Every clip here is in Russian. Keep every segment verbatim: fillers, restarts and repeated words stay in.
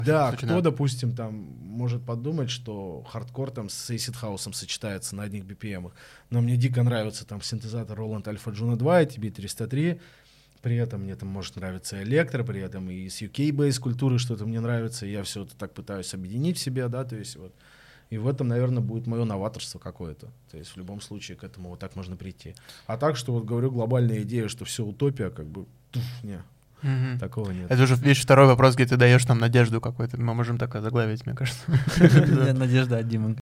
Да, кто, да. допустим, там может подумать, что хардкор там с эйсид-хаусом сочетается на одних би пи эмах, но мне дико нравится там синтезатор Roland Alpha Juno два и ти би триста три, при этом мне там может нравиться электро, при этом и с ю кей-бейс культуры что-то мне нравится, и я все это так пытаюсь объединить в себе, да, то есть вот. И в этом, наверное, будет мое новаторство какое-то. То есть в любом случае к этому вот так можно прийти. А так, что вот говорю, глобальная идея, что все утопия, как бы, туф, не, mm-hmm. такого нет. Это уже, видишь, второй вопрос, где ты даешь нам надежду какую-то. Мы можем так заглавить, мне кажется. Надежда от Димы.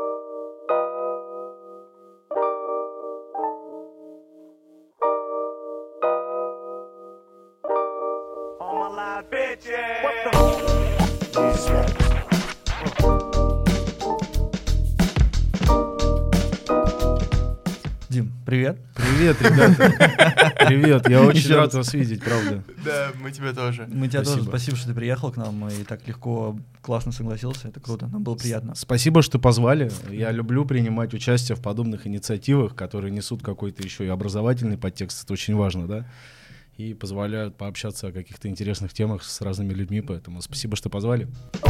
Дим, привет. Привет, ребята. Привет, я очень Еще рад раз. вас видеть, правда. Да, мы тебя тоже. Мы тебя спасибо. тоже. Спасибо, что ты приехал к нам и так легко, классно согласился. Это круто, нам было приятно. Спасибо, что позвали. Я люблю принимать участие в подобных инициативах, которые несут какой-то еще и образовательный подтекст. Это очень важно, да? И позволяют пообщаться о каких-то интересных темах с разными людьми. Поэтому спасибо, что позвали.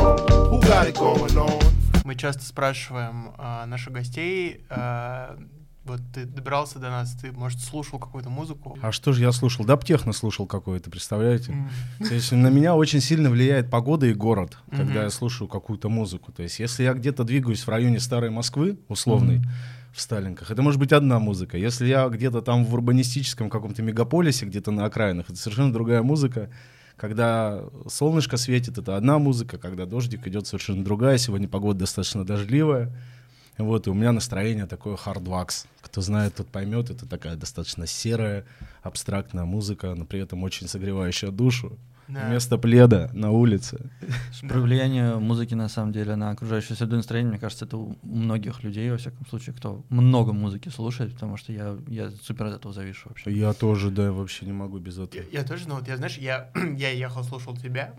Мы часто спрашиваем а, наших гостей... А, вот ты добирался до нас, ты, может, слушал какую-то музыку? А что же я слушал? Да, техно слушал какое-то, представляете? Mm. То есть на меня очень сильно влияет погода и город, mm-hmm. когда я слушаю какую-то музыку. То есть если я где-то двигаюсь в районе Старой Москвы, условной, mm-hmm. в Сталинках, это может быть одна музыка. Если я где-то там в урбанистическом каком-то мегаполисе, где-то на окраинах, это совершенно другая музыка. Когда солнышко светит, это одна музыка, когда дождик идет, совершенно другая. Сегодня погода достаточно дождливая. Вот, и у меня настроение такое хардвакс. Кто знает, тот поймет. Это такая достаточно серая, абстрактная музыка, но при этом очень согревающая душу. Да. Вместо пледа на улице. Про влияние музыки, на самом деле, на окружающую среду и настроение, мне кажется, это у многих людей, во всяком случае, кто много музыки слушает, потому что я, я супер от этого завишу вообще. Я тоже, да, вообще не могу без этого. Я, я тоже, ну вот, я, знаешь, я, я ехал, слушал тебя,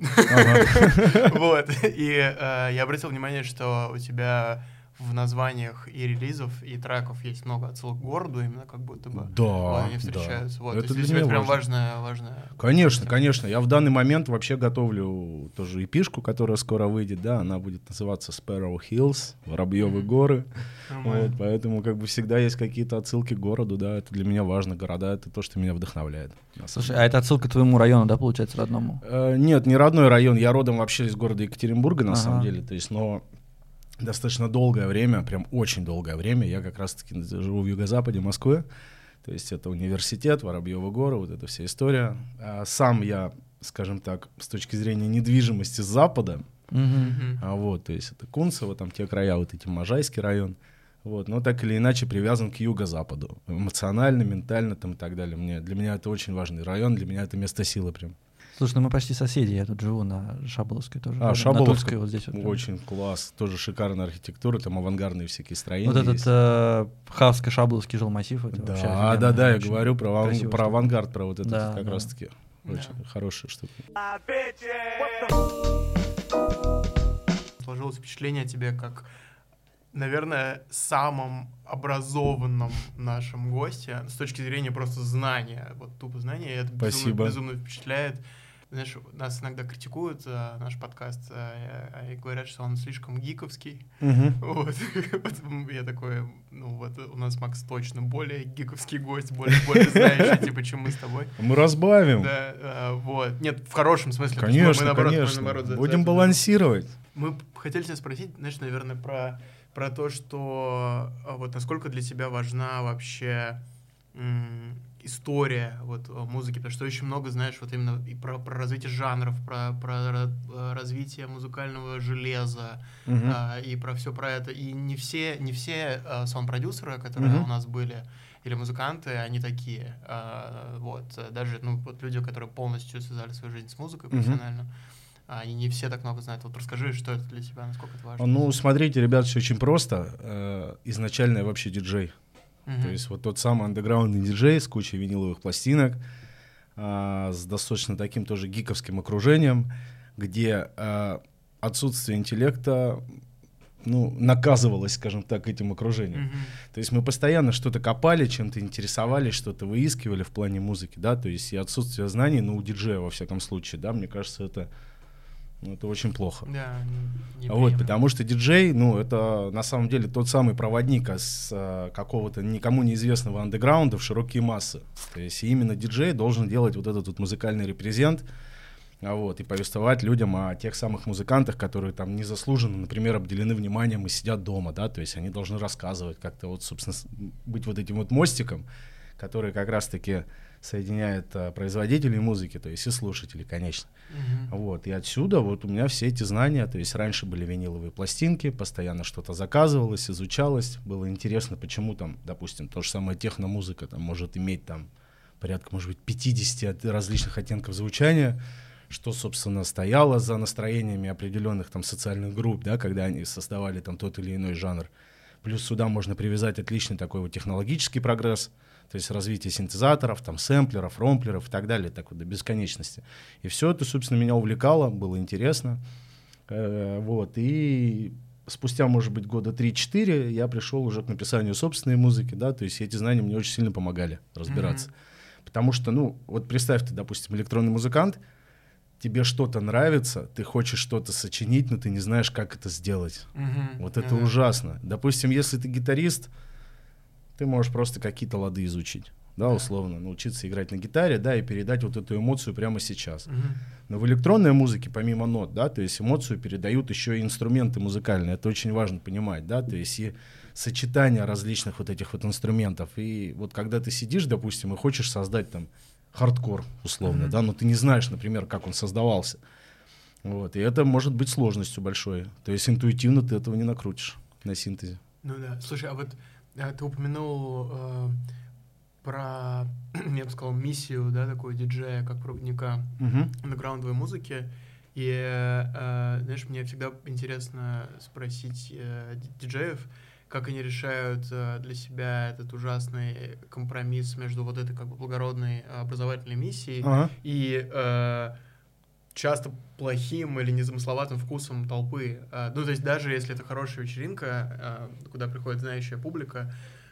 вот, и я обратил внимание, что у тебя... в названиях и релизов, и треков есть много отсылок к городу, именно как будто бы да, вот, они встречаются. Да. Вот. Это, То есть, для меня это прям важная, важная... Конечно, конечно. Я в данный момент вообще готовлю тоже эпишку, которая скоро выйдет, да, она будет называться Sparrow Hills, Воробьевы mm-hmm. горы. Вот, поэтому как бы всегда есть какие-то отсылки к городу, да, это для меня важно. Города — это то, что меня вдохновляет. Слушай, а это отсылка к твоему району, да, получается, родному? Э, нет, не родной район, я родом вообще из города Екатеринбурга, на ага. самом деле, то есть, но... Достаточно долгое время, прям очень долгое время, я как раз-таки живу в юго-западе Москвы, то есть это университет, Воробьевы горы, вот эта вся история. А сам я, скажем так, с точки зрения недвижимости с запада, mm-hmm. а вот, то есть это Кунцево, там те края, вот эти Можайский район, вот, но так или иначе привязан к юго-западу, эмоционально, ментально там и так далее. Мне, для меня это очень важный район, для меня это место силы прям. Слушай, ну мы почти соседи, я тут живу на Шаболовской тоже. А, Шаболовская, вот здесь вот. Очень класс, тоже шикарная архитектура, там авангардные всякие строения. Вот этот э, Хавско-Шаболовский жилмассив, это да, вообще Да, да, да, я говорю про, аван- про авангард, про вот это да, как да. раз-таки да. очень хорошая штука. Сложилось впечатление о тебе как, наверное, самом образованном нашем госте с точки зрения просто знания, вот тупо знания, и это безумно, безумно впечатляет. Знаешь, нас иногда критикуют а, наш подкаст а, и говорят, что он слишком гиковский. Uh-huh. Вот. Я такой, ну вот у нас Макс точно более гиковский гость, более, более знающий, типа, чем мы с тобой. Мы разбавим. Да, а, вот. Нет, в хорошем смысле. Конечно, мы, наоборот, конечно. Мы, наоборот, Будем за, балансировать. Мы хотели тебя спросить, знаешь, наверное, про, про то, что вот насколько для тебя важна вообще... М- история вот музыки, потому что очень много, знаешь, вот именно и про, про развитие жанров, про, про развитие музыкального железа, uh-huh. а, и про все про это. И не все, не все а, саунд-продюсеры, которые uh-huh. у нас были, или музыканты, они такие. А, вот. Даже ну, вот люди, которые полностью связали свою жизнь с музыкой профессионально, uh-huh. они не все так много знают. Вот расскажи, что это для тебя, насколько это важно. Ну, смотрите, ребят, все очень просто. Э, изначально я вообще диджей. Uh-huh. То есть вот тот самый андеграундный диджей с кучей виниловых пластинок, а, с достаточно таким тоже гиковским окружением, где а, отсутствие интеллекта ну, наказывалось, скажем так, этим окружением. Uh-huh. То есть мы постоянно что-то копали, чем-то интересовались, что-то выискивали в плане музыки, да, то есть и отсутствие знаний, ну, у диджея во всяком случае, да, мне кажется, это Ну, это очень плохо. Да, вот, потому что диджей, ну, это на самом деле тот самый проводник с а, какого-то никому неизвестного андеграунда в широкие массы. То есть именно диджей должен делать вот этот вот музыкальный репрезент, а вот, и повествовать людям о тех самых музыкантах, которые там незаслуженно, например, обделены вниманием и сидят дома, да, то есть они должны рассказывать как-то вот, собственно, быть вот этим вот мостиком, который как раз-таки соединяет а, производителей музыки, то есть и слушателей, конечно. Uh-huh. Вот, и отсюда вот у меня все эти знания, то есть раньше были виниловые пластинки, постоянно что-то заказывалось, изучалось, было интересно, почему там, допустим, то же самое техномузыка там может иметь там порядка, может быть, пятьдесят различных оттенков звучания, что, собственно, стояло за настроениями определенных там социальных групп, да, когда они создавали там тот или иной жанр. Плюс сюда можно привязать отличный такой вот технологический прогресс, то есть развитие синтезаторов, там, сэмплеров, ромплеров и так далее, так вот до бесконечности. И все это, собственно, меня увлекало, было интересно. Э, вот, и спустя, может быть, года три-четыре я пришел уже к написанию собственной музыки, да, то есть эти знания мне очень сильно помогали разбираться. Mm-hmm. Потому что, ну, вот представь ты, допустим, электронный музыкант, тебе что-то нравится, ты хочешь что-то сочинить, но ты не знаешь, как это сделать. Mm-hmm. Вот это mm-hmm. ужасно. Допустим, если ты гитарист, ты можешь просто какие-то лады изучить, да, yeah. условно, научиться играть на гитаре, да, и передать вот эту эмоцию прямо сейчас. Mm-hmm. Но в электронной музыке, помимо нот, да, то есть эмоцию передают еще и инструменты музыкальные, это очень важно понимать, да, то есть и сочетание различных вот этих вот инструментов. И вот когда ты сидишь, допустим, и хочешь создать там хардкор, условно, mm-hmm. да, но ты не знаешь, например, как он создавался. Вот, и это может быть сложностью большой. То есть интуитивно ты этого не накрутишь на синтезе. Ну да. Слушай, а вот а, ты упомянул э, про, я бы сказал, миссию, да, такую диджея, как проводника mm-hmm. андеграундовой музыки. И, э, знаешь, мне всегда интересно спросить э, диджеев, как они решают э, для себя этот ужасный компромисс между вот этой как бы благородной образовательной миссией uh-huh. и э, часто плохим или незамысловатым вкусом толпы. Э, ну, то есть даже если это хорошая вечеринка, э, куда приходит знающая публика,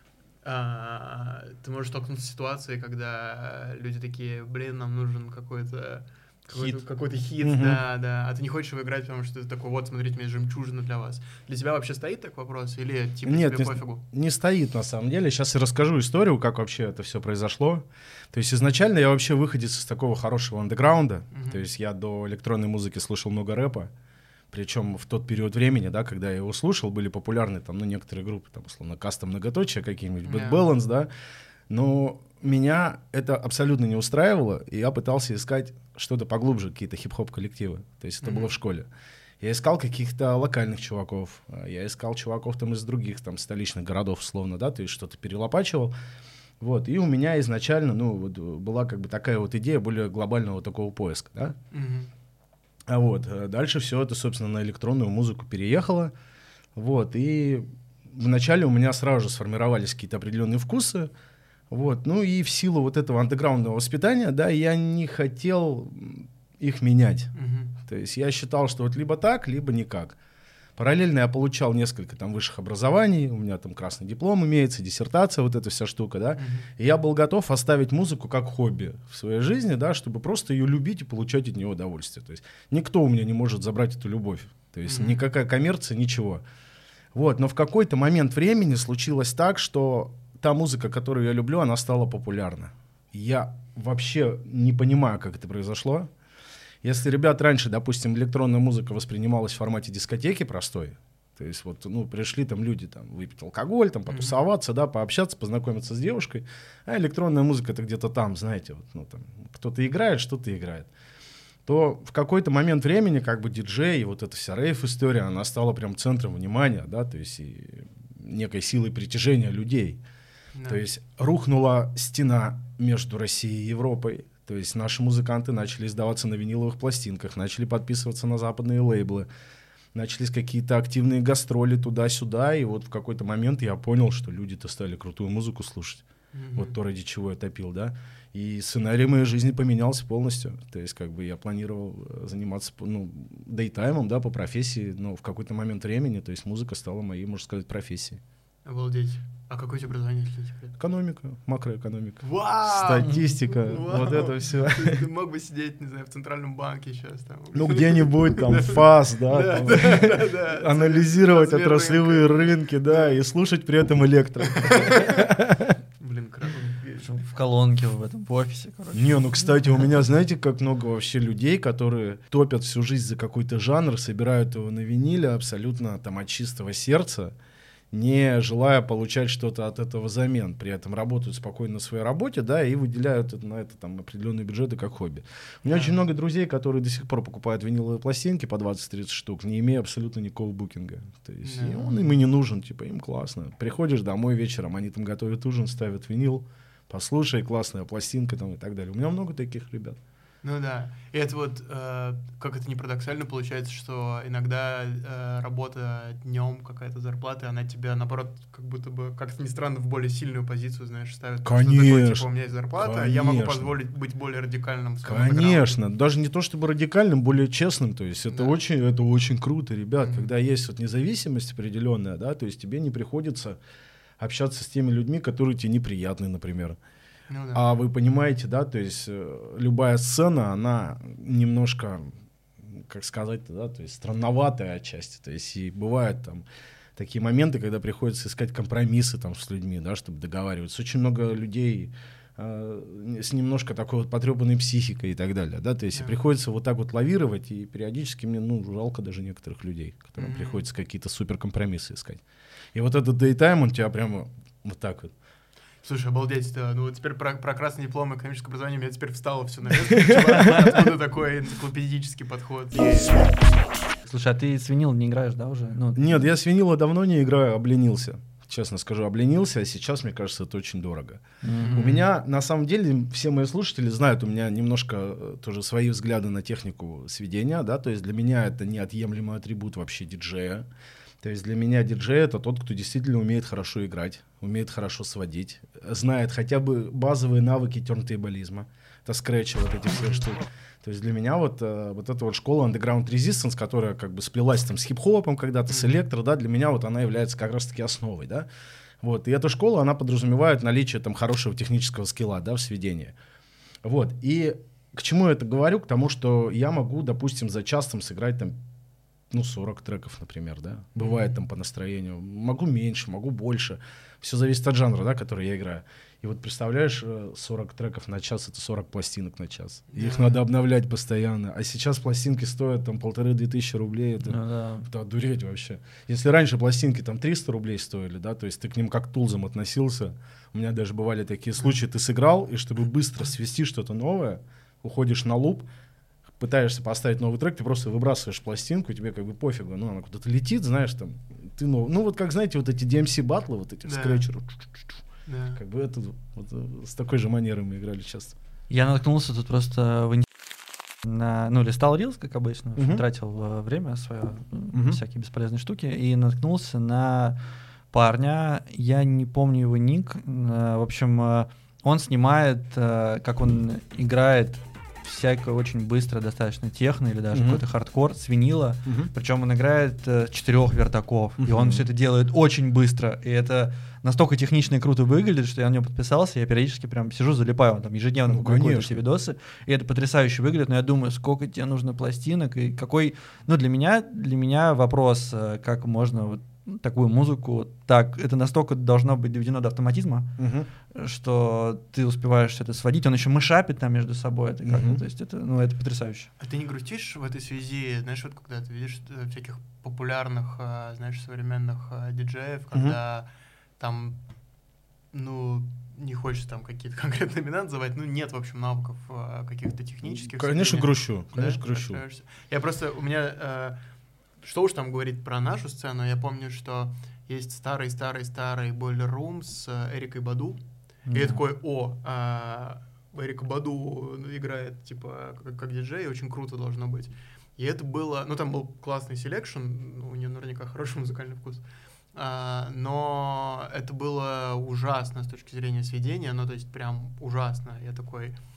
э, ты можешь столкнуться с ситуацией, когда люди такие, блин, нам нужен какой-то Какой-то хит, какой-то хит mm-hmm. да, да. А ты не хочешь его играть, потому что ты такой, вот, смотрите, у меня жемчужина для вас. Для тебя вообще стоит такой вопрос? Или типа Нет, тебе не, пофигу? Не стоит, на самом деле. Сейчас я расскажу историю, как вообще это все произошло. То есть изначально я вообще выходец из такого хорошего андеграунда. Mm-hmm. То есть я до электронной музыки слушал много рэпа. Причем в тот период времени, да, когда я его слушал, были популярны там, ну, некоторые группы, там, условно, Кастом, Многоточие, какие-нибудь, Bad yeah. Balance, да. Но меня это абсолютно не устраивало, и я пытался искать что-то поглубже, какие-то хип-хоп коллективы. То есть это mm-hmm. было в школе. Я искал каких-то локальных чуваков, я искал чуваков там из других там столичных городов, условно, да, то есть что-то перелопачивал. Вот, и у меня изначально, ну, вот, была как бы такая вот идея более глобального такого поиска, да. Mm-hmm. А вот, дальше все это, собственно, на электронную музыку переехало. Вот, и вначале у меня сразу же сформировались какие-то определенные вкусы. Вот, ну и в силу вот этого андеграундного воспитания, да, я не хотел их менять. Uh-huh. То есть я считал, что вот либо так, либо никак. Параллельно я получал несколько там высших образований, у меня там красный диплом имеется, диссертация, вот эта вся штука, да. Uh-huh. И я был готов оставить музыку как хобби в своей жизни, да, чтобы просто ее любить и получать от нее удовольствие. То есть никто у меня не может забрать эту любовь. То есть uh-huh. никакая коммерция, ничего. Вот, но в какой-то момент времени случилось так, что та музыка, которую я люблю, она стала популярна. Я вообще не понимаю, как это произошло. Если ребят раньше, допустим, электронная музыка воспринималась в формате дискотеки простой, то есть вот, ну, пришли там люди там выпить алкоголь, там потусоваться, mm-hmm. да, пообщаться, познакомиться с девушкой, а электронная музыка это где-то там, знаете, вот, ну, там, кто-то играет, что-то играет, то в какой-то момент времени как бы диджей и вот эта вся рейв-история, она стала прям центром внимания, да, то есть и некой силой притяжения людей. Да. То есть рухнула стена между Россией и Европой. То есть наши музыканты начали издаваться на виниловых пластинках, начали подписываться на западные лейблы, начались какие-то активные гастроли туда-сюда. И вот в какой-то момент я понял, что люди-то стали крутую музыку слушать. Mm-hmm. Вот то, ради чего я топил, да. И сценарий моей жизни поменялся полностью. То есть как бы я планировал заниматься, ну, дейтаймом, да, по профессии, но в какой-то момент времени, то есть музыка стала моей, можно сказать, профессией. Обалдеть. А какое у тебя образование, если не секрет? Экономика, макроэкономика. Вау! Статистика, Вау! вот это все. Ты, ты мог бы сидеть, не знаю, в Центральном банке сейчас там. Ну, где-нибудь там ФАС, да, анализировать отраслевые рынки, да, и слушать при этом электро. Блин, круто. В колонке в этом, в офисе, короче. Не, ну, кстати, у меня, знаете, как много вообще людей, которые топят всю жизнь за какой-то жанр, собирают его на виниле абсолютно там от чистого сердца, не желая получать что-то от этого взамен, при этом работают спокойно на своей работе, да, и выделяют это, на это там определенные бюджеты как хобби. У меня yeah. очень много друзей, которые до сих пор покупают виниловые пластинки по двадцать-тридцать штук, не имея абсолютно никакого букинга. То есть yeah. и он им и не нужен, типа, им классно. Приходишь домой вечером, они там готовят ужин, ставят винил, послушай, классная пластинка там и так далее. У меня много таких ребят. Ну да. И это вот, э, как это не парадоксально получается, что иногда э, работа днем, какая-то зарплата, она тебя, наоборот, как будто бы, как-то ни странно, в более сильную позицию, знаешь, ставит. Конечно. Что такое, типа, у меня есть зарплата, Конечно. я могу позволить быть более радикальным. В своем Конечно. бэкграунде. Даже не то чтобы радикальным, более честным. То есть это, да. очень, это очень круто, ребят, mm-hmm. когда есть вот независимость определенная, да, то есть тебе не приходится общаться с теми людьми, которые тебе неприятны, например. Ну, да. А вы понимаете, да, то есть э, любая сцена, она немножко, как сказать-то, да, то есть странноватая отчасти, то есть и бывают там такие моменты, когда приходится искать компромиссы там с людьми, да, чтобы договариваться. Очень много людей э, с немножко такой вот потрепанной психикой и так далее, да, то есть yeah. и приходится вот так вот лавировать, и периодически мне, ну, жалко даже некоторых людей, которым mm-hmm. приходится какие-то суперкомпромиссы искать. И вот этот дейтайм, он тебя прямо вот так вот. Слушай, обалдеть, да. Ну вот теперь про, про красный диплом и экономическое образование у меня теперь встало все на место. Откуда такой энциклопедический подход? Слушай, а ты с винилом не играешь, да, уже? Ну... Нет, я с винила давно не играю, обленился. Честно скажу, обленился, а сейчас, мне кажется, это очень дорого. Mm-hmm. У меня, на самом деле, все мои слушатели знают, у меня немножко тоже свои взгляды на технику сведения, да, то есть для меня это неотъемлемый атрибут вообще диджея. То есть для меня диджей — это тот, кто действительно умеет хорошо играть, умеет хорошо сводить, знает хотя бы базовые навыки тернтейболизма, это скретчи, вот эти все штуки. То есть для меня вот, вот эта вот школа Underground Resistance, которая как бы сплелась там с хип-хопом когда-то, с электро, да, для меня вот она является как раз-таки основой, да. Вот, и эта школа, она подразумевает наличие там хорошего технического скилла, да, в сведении. Вот, и к чему я это говорю? К тому, что я могу, допустим, за час там сыграть там ну, сорок треков, например, да. Бывает там по настроению. Могу меньше, могу больше. Все зависит от жанра, да, который я играю. И вот представляешь, сорок треков на час — это сорок пластинок на час. И их надо обновлять постоянно. А сейчас пластинки стоят там полторы-две тысячи рублей. Это, ну, да. да, дуреть вообще. Если раньше пластинки там триста рублей стоили, да, то есть ты к ним как к тулзам относился. У меня даже бывали такие случаи, ты сыграл, и чтобы быстро свести что-то новое, уходишь на луп, пытаешься поставить новый трек, ты просто выбрасываешь пластинку, и тебе как бы пофигу, ну, она куда-то летит, знаешь, там, ты, ну, ну вот как, знаете, вот эти ди эм си-баттлы, вот эти, да. скретчеры, да. как бы это, вот, с такой же манерой мы играли часто. Я наткнулся тут просто в на, ну, листал рилс, как обычно, uh-huh. тратил время свое, uh-huh. всякие бесполезные штуки, и наткнулся на парня, я не помню его ник, в общем, он снимает, как он играет всякое очень быстро достаточно техно или даже mm-hmm. какой-то хардкор с винила. Mm-hmm. Причем он играет э, четырех вертаков. Mm-hmm. И он все это делает очень быстро. И это настолько технично и круто выглядит, что я на него подписался. Я периодически прям сижу, залипаю. Он там ежедневно ну, публикует эти видосы. И это потрясающе выглядит. Но я думаю, сколько тебе нужно пластинок и какой... Ну, для меня, для меня вопрос, как можно вот такую музыку, так, это настолько должно быть доведено до автоматизма, uh-huh. что ты успеваешь это сводить, он еще мышапит там между собой, это как-то, uh-huh. то есть это, ну, это потрясающе. А ты не грустишь в этой связи, знаешь, вот когда ты видишь всяких популярных, знаешь, современных диджеев, когда uh-huh. там, ну, не хочешь там какие-то конкретные имена называть, ну, нет, в общем, навыков каких-то технических. Конечно, грущу, конечно, да? грущу. Я просто, у меня... Что уж там говорить про нашу сцену, я помню, что есть старый-старый-старый Boiler Room с Эрикой Баду, mm-hmm. и я такой, о, а, Эрика Баду играет, типа, как, как диджей, очень круто должно быть. И это было, ну, там был классный селекшн, у нее наверняка хороший музыкальный вкус, а, но это было ужасно с точки зрения сведения, ну, то есть прям ужасно. Я такой...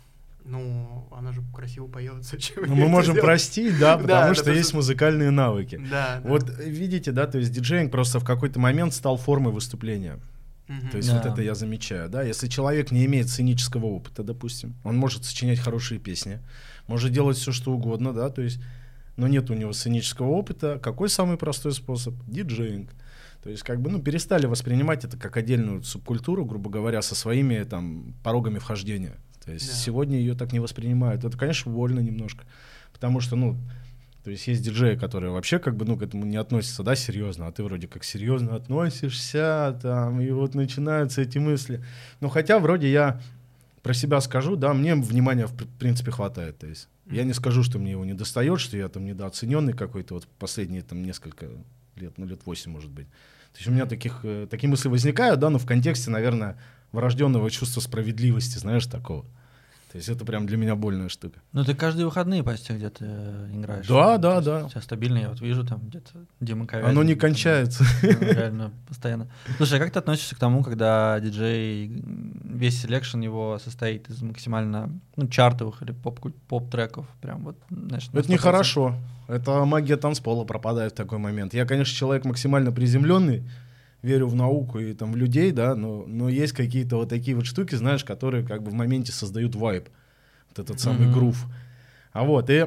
Ну, она же красиво поет, зачем? Ну, мы можем простить, да, потому что есть музыкальные навыки. Да. Вот видите, да, то есть диджеинг просто в какой-то момент стал формой выступления. То есть вот это я замечаю, да. Если человек не имеет сценического опыта, допустим, он может сочинять хорошие песни, может делать все, что угодно, да, то есть, но нет у него сценического опыта. Какой самый простой способ? Диджеинг. То есть как бы, ну, перестали воспринимать это как отдельную субкультуру, грубо говоря, со своими там порогами вхождения. То есть да. Сегодня ее так не воспринимают. Это, конечно, больно немножко, потому что, ну, то есть есть диджеи, которые вообще как бы, ну, к этому не относятся, да, серьезно, а ты вроде как серьезно относишься, там, и вот начинаются эти мысли. Ну, хотя вроде я про себя скажу, да, мне внимания в принципе хватает, то есть mm-hmm. я не скажу, что мне его не достает, что я там недооцененный какой-то вот последние там несколько лет, ну, лет восемь, может быть. То есть у меня таких, э, такие мысли возникают, да, но в контексте, наверное, врожденного чувства справедливости, знаешь, такого. То есть это прям для меня больная штука. Ну ты каждые выходные почти где-то играешь. Да, да, да. У тебя стабильно, я вот вижу там где-то Дима Ковязин. Оно не кончается. Ну, реально, постоянно. Слушай, а как ты относишься к тому, когда диджей, весь селекшн его состоит из максимально, ну, чартовых или поп- поп-треков? Прям вот, знаешь, это нехорошо. Это магия танцпола пропадает в такой момент. Я, конечно, человек максимально приземленный, верю в науку и там в людей, да, но, но есть какие-то вот такие вот штуки, знаешь, которые как бы в моменте создают вайб, вот этот самый mm-hmm. грув. А вот, и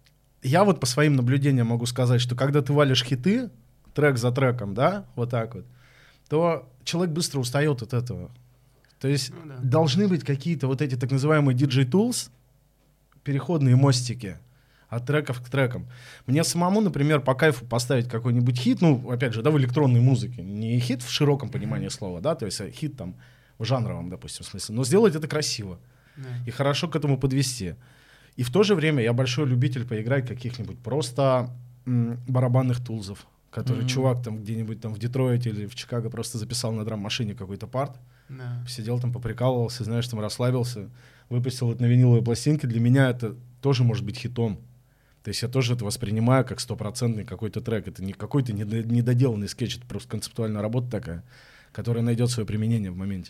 я вот по своим наблюдениям могу сказать, что когда ты валишь хиты, трек за треком, да, вот так вот, то человек быстро устает от этого. То есть ну, да. должны быть какие-то вот эти так называемые диджей-тулс, переходные мостики, от треков к трекам. Мне самому, например, по кайфу поставить какой-нибудь хит, ну, опять же, да, в электронной музыке, не хит в широком понимании слова, да, то есть хит там в жанровом, допустим, смысле, но сделать это красиво yeah. и хорошо к этому подвести. И в то же время я большой любитель поиграть каких-нибудь просто м, барабанных тулзов, которые mm-hmm. чувак там где-нибудь там в Детройте или в Чикаго просто записал на драм-машине какой-то парт, yeah. сидел там, поприкалывался, знаешь, там расслабился, выпустил это на виниловые пластинки. Для меня это тоже может быть хитом. То есть я тоже это воспринимаю как стопроцентный какой-то трек. Это не какой-то недоделанный скетч, это просто концептуальная работа такая, которая найдет свое применение в моменте.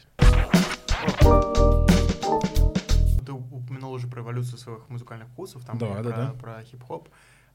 Ты упомянул уже про эволюцию своих музыкальных вкусов, там, да, да, про, да. про хип-хоп.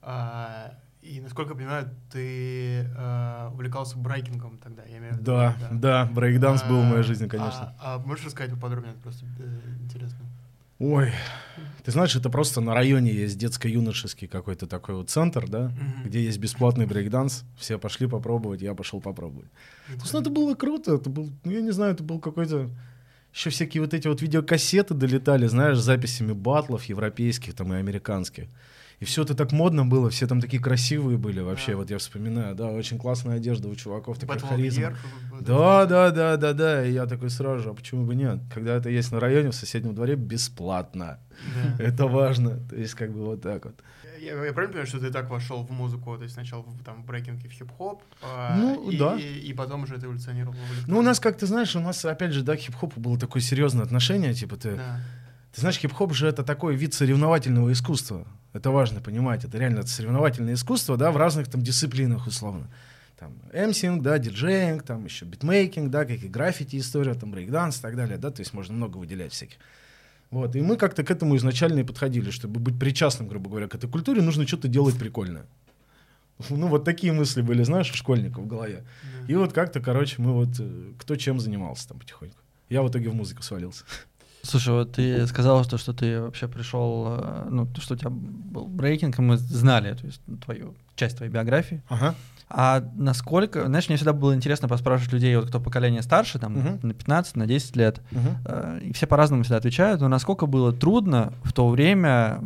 А, и, насколько я понимаю, ты а, увлекался брейкингом тогда, я имею в виду. Да, да, да, брейкданс а, был в моей жизни, конечно. А, а можешь рассказать поподробнее, это просто э, интересно. Ой, ты знаешь, это просто на районе есть детско-юношеский какой-то такой вот центр, да, mm-hmm. где есть бесплатный брейкданс, все пошли попробовать, я пошел попробовать. Mm-hmm. То есть, ну, это было круто, это был, ну, я не знаю, это был какой-то, еще всякие вот эти вот видеокассеты долетали, знаешь, с записями батлов европейских там и американских. И все это так модно было, все там такие красивые были вообще, yeah. вот я вспоминаю, да, очень классная одежда у чуваков, такая харизма. Да, да, да, да, да, и я такой сразу же, а почему бы нет? Когда это есть на районе, в соседнем дворе, бесплатно. Yeah. Это важно, то есть как бы вот так вот. Я, я правильно понимаю, что ты так вошел в музыку, то есть сначала в, там, в брейкинг и в хип-хоп, ну, и, да. и, и потом уже это эволюционировало в электронную? Ну, у нас, как ты знаешь, у нас, опять же, да, к хип-хопу было такое серьезное отношение, типа ты... Да. Ты знаешь, хип-хоп же это такой вид соревновательного искусства. Это важно понимать. Это реально это соревновательное искусство, да, в разных там дисциплинах условно. Там эмсинг, да, диджеинг, там еще битмейкинг, да, как и граффити история, там брейкданс и так далее, да, то есть можно много выделять всяких. Вот, и мы как-то к этому изначально и подходили, чтобы быть причастным, грубо говоря, к этой культуре, нужно что-то делать прикольное. Ну, вот такие мысли были, знаешь, у школьников в голове. Mm-hmm. И вот как-то, короче, мы вот, кто чем занимался там потихоньку. Я в итоге в музыку свалился. Слушай, вот ты сказал, что, что ты вообще пришел, ну, что у тебя был брейкинг, и мы знали, то есть твою часть твоей биографии. Ага. А насколько, знаешь, мне всегда было интересно поспрашивать людей, вот кто поколение старше, там, uh-huh. на пятнадцать, на десять лет, uh-huh. и все по-разному всегда отвечают, но насколько было трудно в то время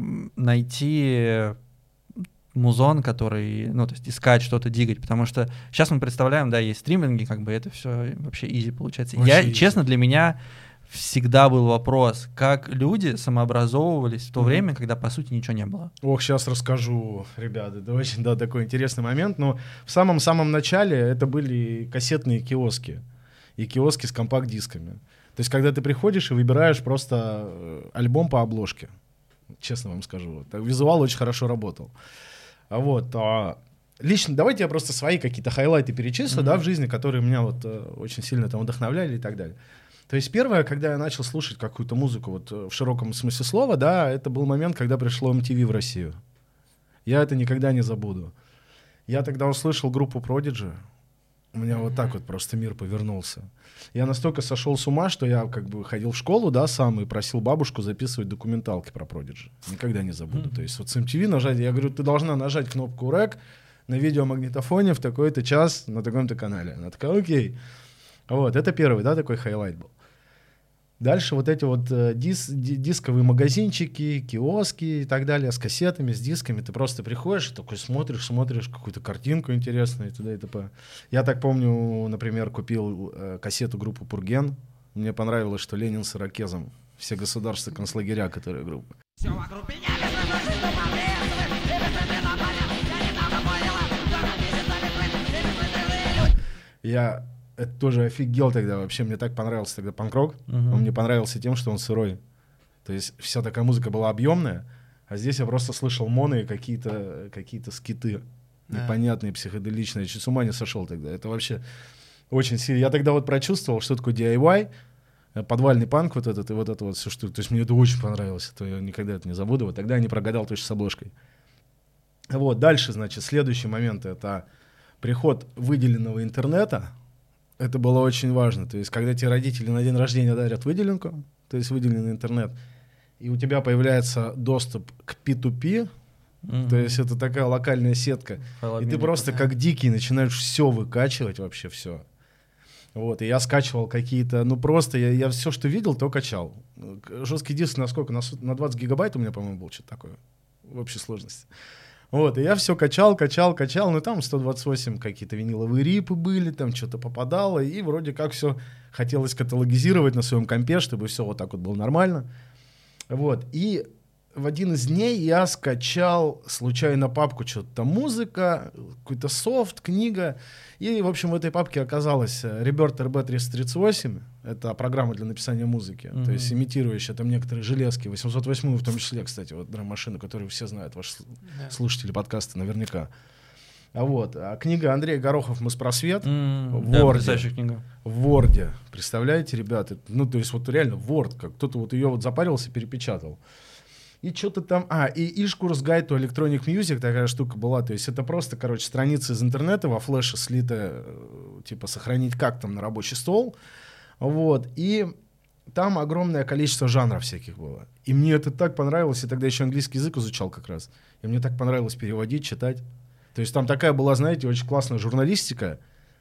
найти музон, который, ну, то есть искать что-то, дигать, потому что сейчас мы представляем, да, есть стриминги, как бы это все вообще изи получается. Вообще Я, easy. Честно, для меня всегда был вопрос, как люди самообразовывались в то mm-hmm. время, когда, по сути, ничего не было. Ох, сейчас расскажу, ребята, это очень, да, такой интересный момент, но в самом-самом начале это были кассетные киоски и киоски с компакт-дисками. То есть, когда ты приходишь и выбираешь просто альбом по обложке, честно вам скажу, так, визуал очень хорошо работал. А вот, а лично, давайте я просто свои какие-то хайлайты перечислю, mm-hmm. да, в жизни, которые меня вот очень сильно там вдохновляли и так далее. То То есть первое, когда я начал слушать какую-то музыку вот в широком смысле слова, да, это был момент, когда пришло эм ти ви в Россию. Я это никогда не забуду. Я тогда услышал группу Prodigy. У меня mm-hmm. вот так вот просто мир повернулся. Я настолько сошел с ума, что я как бы ходил в школу, да, сам и просил бабушку записывать документалки про Prodigy. Никогда не забуду. Mm-hmm. То есть вот с эм ти ви нажать, я говорю, ты должна нажать кнопку рек на видеомагнитофоне в такой-то час на таком-то канале. Она такая, окей. Вот, это первый, да, такой хайлайт был. Дальше вот эти вот э, дис, ди, дисковые магазинчики, киоски и так далее с кассетами, с дисками. Ты просто приходишь и такой смотришь, смотришь какую-то картинку интересную и т.д. и т.п. Я так помню, например, купил э, кассету группы «Пурген». Мне понравилось, что Ленин с ирокезом. Все государства, концлагеря, которые группы. Я... Это тоже офигел тогда. Вообще мне так понравился тогда панк-рок. Uh-huh. Он мне понравился тем, что он сырой. То есть вся такая музыка была объемная, а здесь я просто слышал моно и какие-то, какие-то скиты yeah. непонятные, психоделичные. Я чуть с ума не сошел тогда. Это вообще очень сильно. Я тогда вот прочувствовал, что такое ди ай вай, подвальный панк вот этот и вот это вот все, что... То есть мне это очень понравилось. Это я никогда это не забуду. Вот тогда я не прогадал точно с обложкой. Вот, дальше, значит, следующий момент — это приход выделенного интернета. Это было очень важно. То есть, когда тебе родители на день рождения дарят выделенку, то есть выделенный интернет, и у тебя появляется доступ к пи ту пи, mm-hmm. то есть это такая локальная сетка, и ты просто да. как дикий начинаешь все выкачивать, вообще все. Вот, и я скачивал какие-то, ну просто, я, я все, что видел, то качал. Жесткий диск на сколько? На, на двадцать гигабайт у меня, по-моему, был что-то такое в общей сложности. Вот, и я все качал, качал, качал, ну там сто двадцать восемь какие-то виниловые рипы были, там что-то попадало, и вроде как все хотелось каталогизировать на своем компе, чтобы все вот так вот было нормально. Вот, и в один из дней я скачал случайно папку, что-то там музыка, какой-то софт, книга, и, в общем, в этой папке оказалась Rebirth эр би триста тридцать восемь, это программа для написания музыки, mm-hmm. то есть имитирующая там некоторые железки, восемьсот восемь в том числе, кстати, вот драм-машина, которую все знают, ваши yeah. слушатели подкаста наверняка. А вот, а книга Андрея Горохов «Моспросвет» mm, в да, Word. Книга. В Word. Представляете, ребята? Ну, то есть вот реально Word, как кто-то вот ее вот запарился, перепечатал. И что-то там... А, и Ishkur's Guide to Electronic Music, такая штука была. То есть это просто, короче, страница из интернета во флеше слитая, типа, сохранить как там на рабочий стол. Вот. И там огромное количество жанров всяких было. И мне это так понравилось. Я тогда еще английский язык изучал как раз. И мне так понравилось переводить, читать. То есть там такая была, знаете, очень классная журналистика,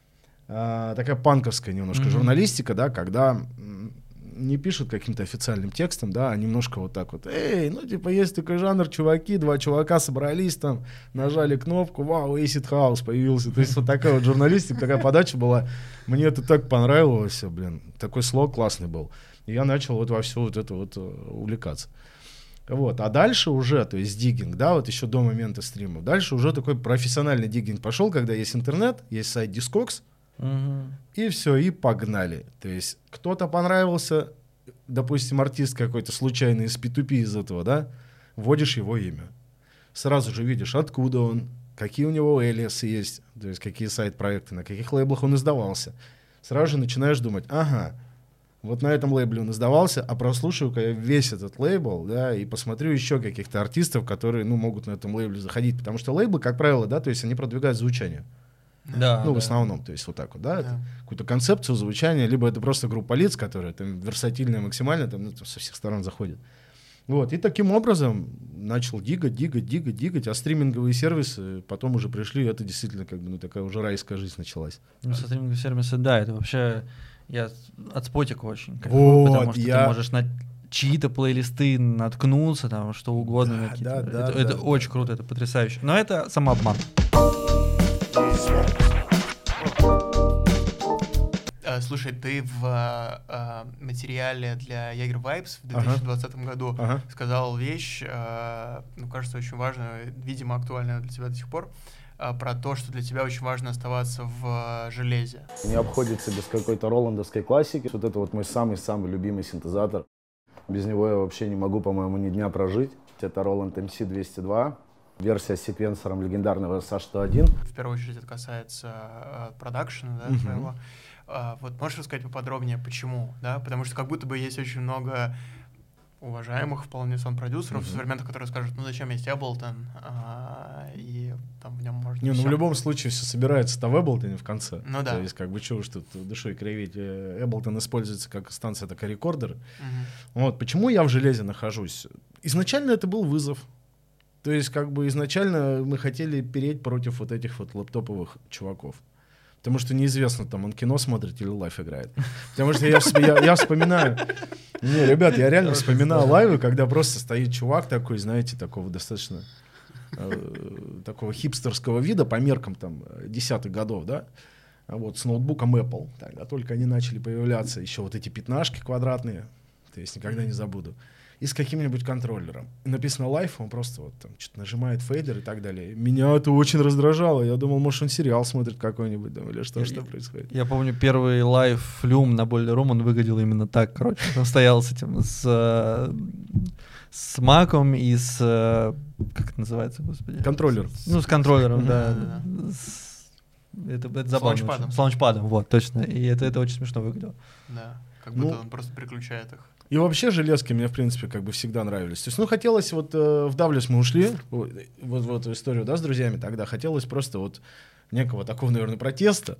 э, такая панковская немножко mm-hmm. журналистика, да, когда м, не пишут каким-то официальным текстом, да, а немножко вот так вот, эй, ну типа есть такой жанр, чуваки, два чувака собрались там, нажали кнопку, вау, Acid House появился. То есть вот такая вот журналистика, такая подача была. Мне это так понравилось, все, блин, такой слог классный был. И я начал вот во все вот это вот увлекаться. Вот. А дальше уже, то есть диггинг, да, вот еще до момента стримов, дальше уже такой профессиональный диггинг пошел, когда есть интернет, есть сайт Discogs, угу. и все, и погнали. То есть кто-то понравился, допустим, артист какой-то случайный из пи ту пи из этого, да, вводишь его имя. Сразу же видишь, откуда он, какие у него элиасы есть, то есть какие сайт-проекты, на каких лейблах он издавался. Сразу же начинаешь думать, ага, вот на этом лейбле он издавался, а прослушаю-ка я весь этот лейбл, да, и посмотрю еще каких-то артистов, которые, ну, могут на этом лейбле заходить, потому что лейблы, как правило, да, то есть они продвигают звучание. Да, ну, да. в основном, то есть вот так вот, да, Да. это какую-то концепцию звучания, либо это просто группа лиц, которая там версатильная максимально, там, ну, там со всех сторон заходит. Вот, и таким образом начал дигать, дигать, дигать, дигать, а стриминговые сервисы потом уже пришли, и это действительно как бы, ну, такая уже райская жизнь началась. Ну, со стриминговые сервисы, да, это вообще... Я от спотика очень кайфую, вот, потому что я... ты можешь на чьи-то плейлисты наткнуться, там, что угодно. Да, на да, это да, это да, очень да. круто, это потрясающе. Но это самообман. Слушай, ты в э, материале для Jaeger Vibes в две тысячи двадцатом ага. году ага. сказал вещь, э, ну, кажется, очень важную, видимо, актуальную для тебя до сих пор, э, про то, что для тебя очень важно оставаться в э, железе. Не обходится без какой-то роландовской классики. Вот это вот мой самый-самый любимый синтезатор. Без него я вообще не могу, по-моему, ни дня прожить. Это Roland эм си двести два. Версия с секвенсором легендарного эс а сто один. В первую очередь это касается продакшена, да, uh-huh. твоего. Uh, вот можешь рассказать поподробнее, почему, да? Потому что как будто бы есть очень много уважаемых вполне саунд-продюсеров, uh-huh. современных, которые скажут, ну зачем есть Ableton, а, и там в нем можно... Не, ну все... в любом случае все собирается-то в Ableton в конце. Ну да. То есть как бы что уж тут душой кривить. Ableton используется как станция, так и рекордер. Uh-huh. Вот, почему я в железе нахожусь? Изначально это был вызов. То есть, как бы изначально мы хотели переть против вот этих вот лэптоповых чуваков. Потому что неизвестно, там он кино смотрит или лайв играет. Потому что я, я, я вспоминаю... Не, ребят, я реально вспоминаю лайвы, когда просто стоит чувак такой, знаете, такого достаточно... Э, такого хипстерского вида по меркам там десятых годов, да? Вот, с ноутбуком Apple. Тогда только они начали появляться. Еще вот эти пятнашки квадратные. То есть никогда не забуду. И с каким-нибудь контроллером. И написано лайф, он просто вот там что-то нажимает фейдер и так далее. Меня это очень раздражало. Я думал, может, он сериал смотрит какой-нибудь, там, или что, я, что происходит. Я помню, первый лайв Люм на Boiler Room, он выглядел именно так, короче. Он стоял с этим, с, с маком и с... Как это называется, господи? Контроллер. Ну, с контроллером, да. С, это, это забавно. С лаунчпадом. С лаунчпадом, вот, точно. И это, это очень смешно выглядело. Да, как будто ну, он просто переключает их. И вообще железки мне, в принципе, как бы всегда нравились. То есть, ну, хотелось вот э, в Давлес мы ушли, вот, вот в эту историю, да, с друзьями тогда. Хотелось просто вот некого такого, наверное, протеста.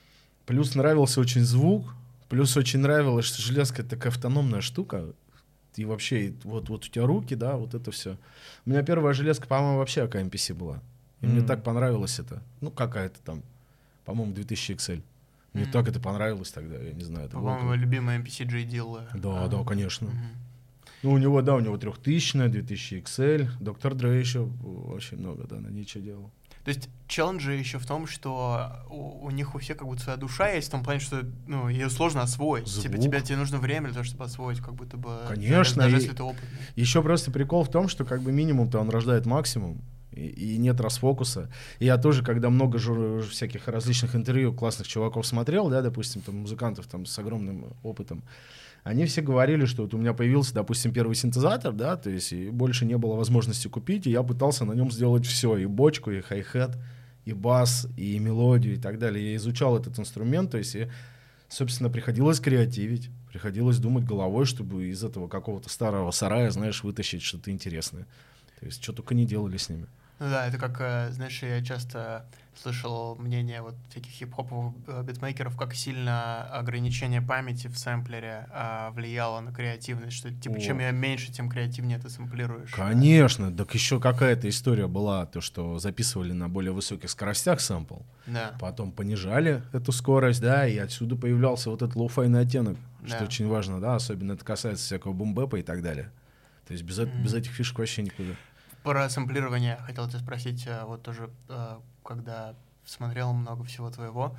Плюс нравился очень звук, плюс очень нравилось, что железка — это такая автономная штука. И вообще, вот, вот у тебя руки, да, вот это все. У меня первая железка, по-моему, вообще эй кей эм пи си была. И mm-hmm. мне так понравилось это. Ну, какая-то там, по-моему, две тысячи икс эль. Мне mm-hmm. так это понравилось тогда, я не знаю. По-моему, любимая эм пи си джей Dill. Да, а, да, конечно. Mm-hmm. Ну, у него, да, у него трехтысячная, две тысячи икс эль, доктор Dre еще очень много, да, на ней что делал. То есть челленджи еще в том, что у, у них у всех как будто своя душа есть, в том плане, что ну, ее сложно освоить. Типа, тебе, тебе нужно время для того, чтобы освоить, как будто бы. Конечно. Даже, даже если ты опытный. Еще просто прикол в том, что как бы минимум-то он рождает максимум. И, и нет расфокуса. И я тоже, когда много жур, всяких различных интервью классных чуваков смотрел, да, допустим, там музыкантов там с огромным опытом, они все говорили, что вот у меня появился, допустим, первый синтезатор, да, то есть и больше не было возможности купить, и я пытался на нем сделать все, и бочку, и хай-хет, и бас, и мелодию, и так далее. Я изучал этот инструмент, то есть, и, собственно, приходилось креативить, приходилось думать головой, чтобы из этого какого-то старого сарая, знаешь, вытащить что-то интересное. То есть, что только не делали с ними. Ну да, это как, знаешь, я часто слышал мнение вот всяких хип-хоповых битмейкеров, как сильно ограничение памяти в сэмплере а, влияло на креативность, что типа О. чем я меньше, тем креативнее ты сэмплируешь. Конечно, да? Так еще какая-то история была, то, что записывали на более высоких скоростях сэмпл, да. Потом понижали эту скорость, да, и отсюда появлялся вот этот лоу-файный оттенок, да. Что очень важно, да, особенно это касается всякого бум-бэпа и так далее. То есть без, mm-hmm. без этих фишек вообще никуда. Про сэмплирование хотел тебя спросить, вот тоже, когда смотрел много всего твоего,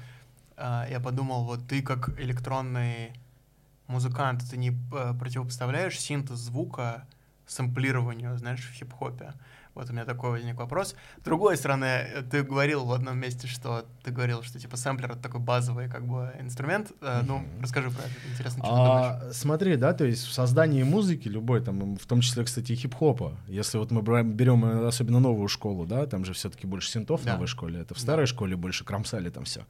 я подумал, вот ты как электронный музыкант, ты не противопоставляешь синтез звука сэмплированию, знаешь, в хип-хопе? Вот у меня такой возник вопрос. С другой стороны, ты говорил в одном месте, что ты говорил, что типа сэмплер — это такой базовый как бы инструмент. Mm-hmm. Ну, расскажи про это. Интересно, что а, ты думаешь. Смотри, да, то есть в создании музыки любой, там, в том числе, кстати, хип-хопа, если вот мы берем особенно новую школу, да, там же все-таки больше синтов да. в новой школе, это в старой да. школе больше кромсали там все.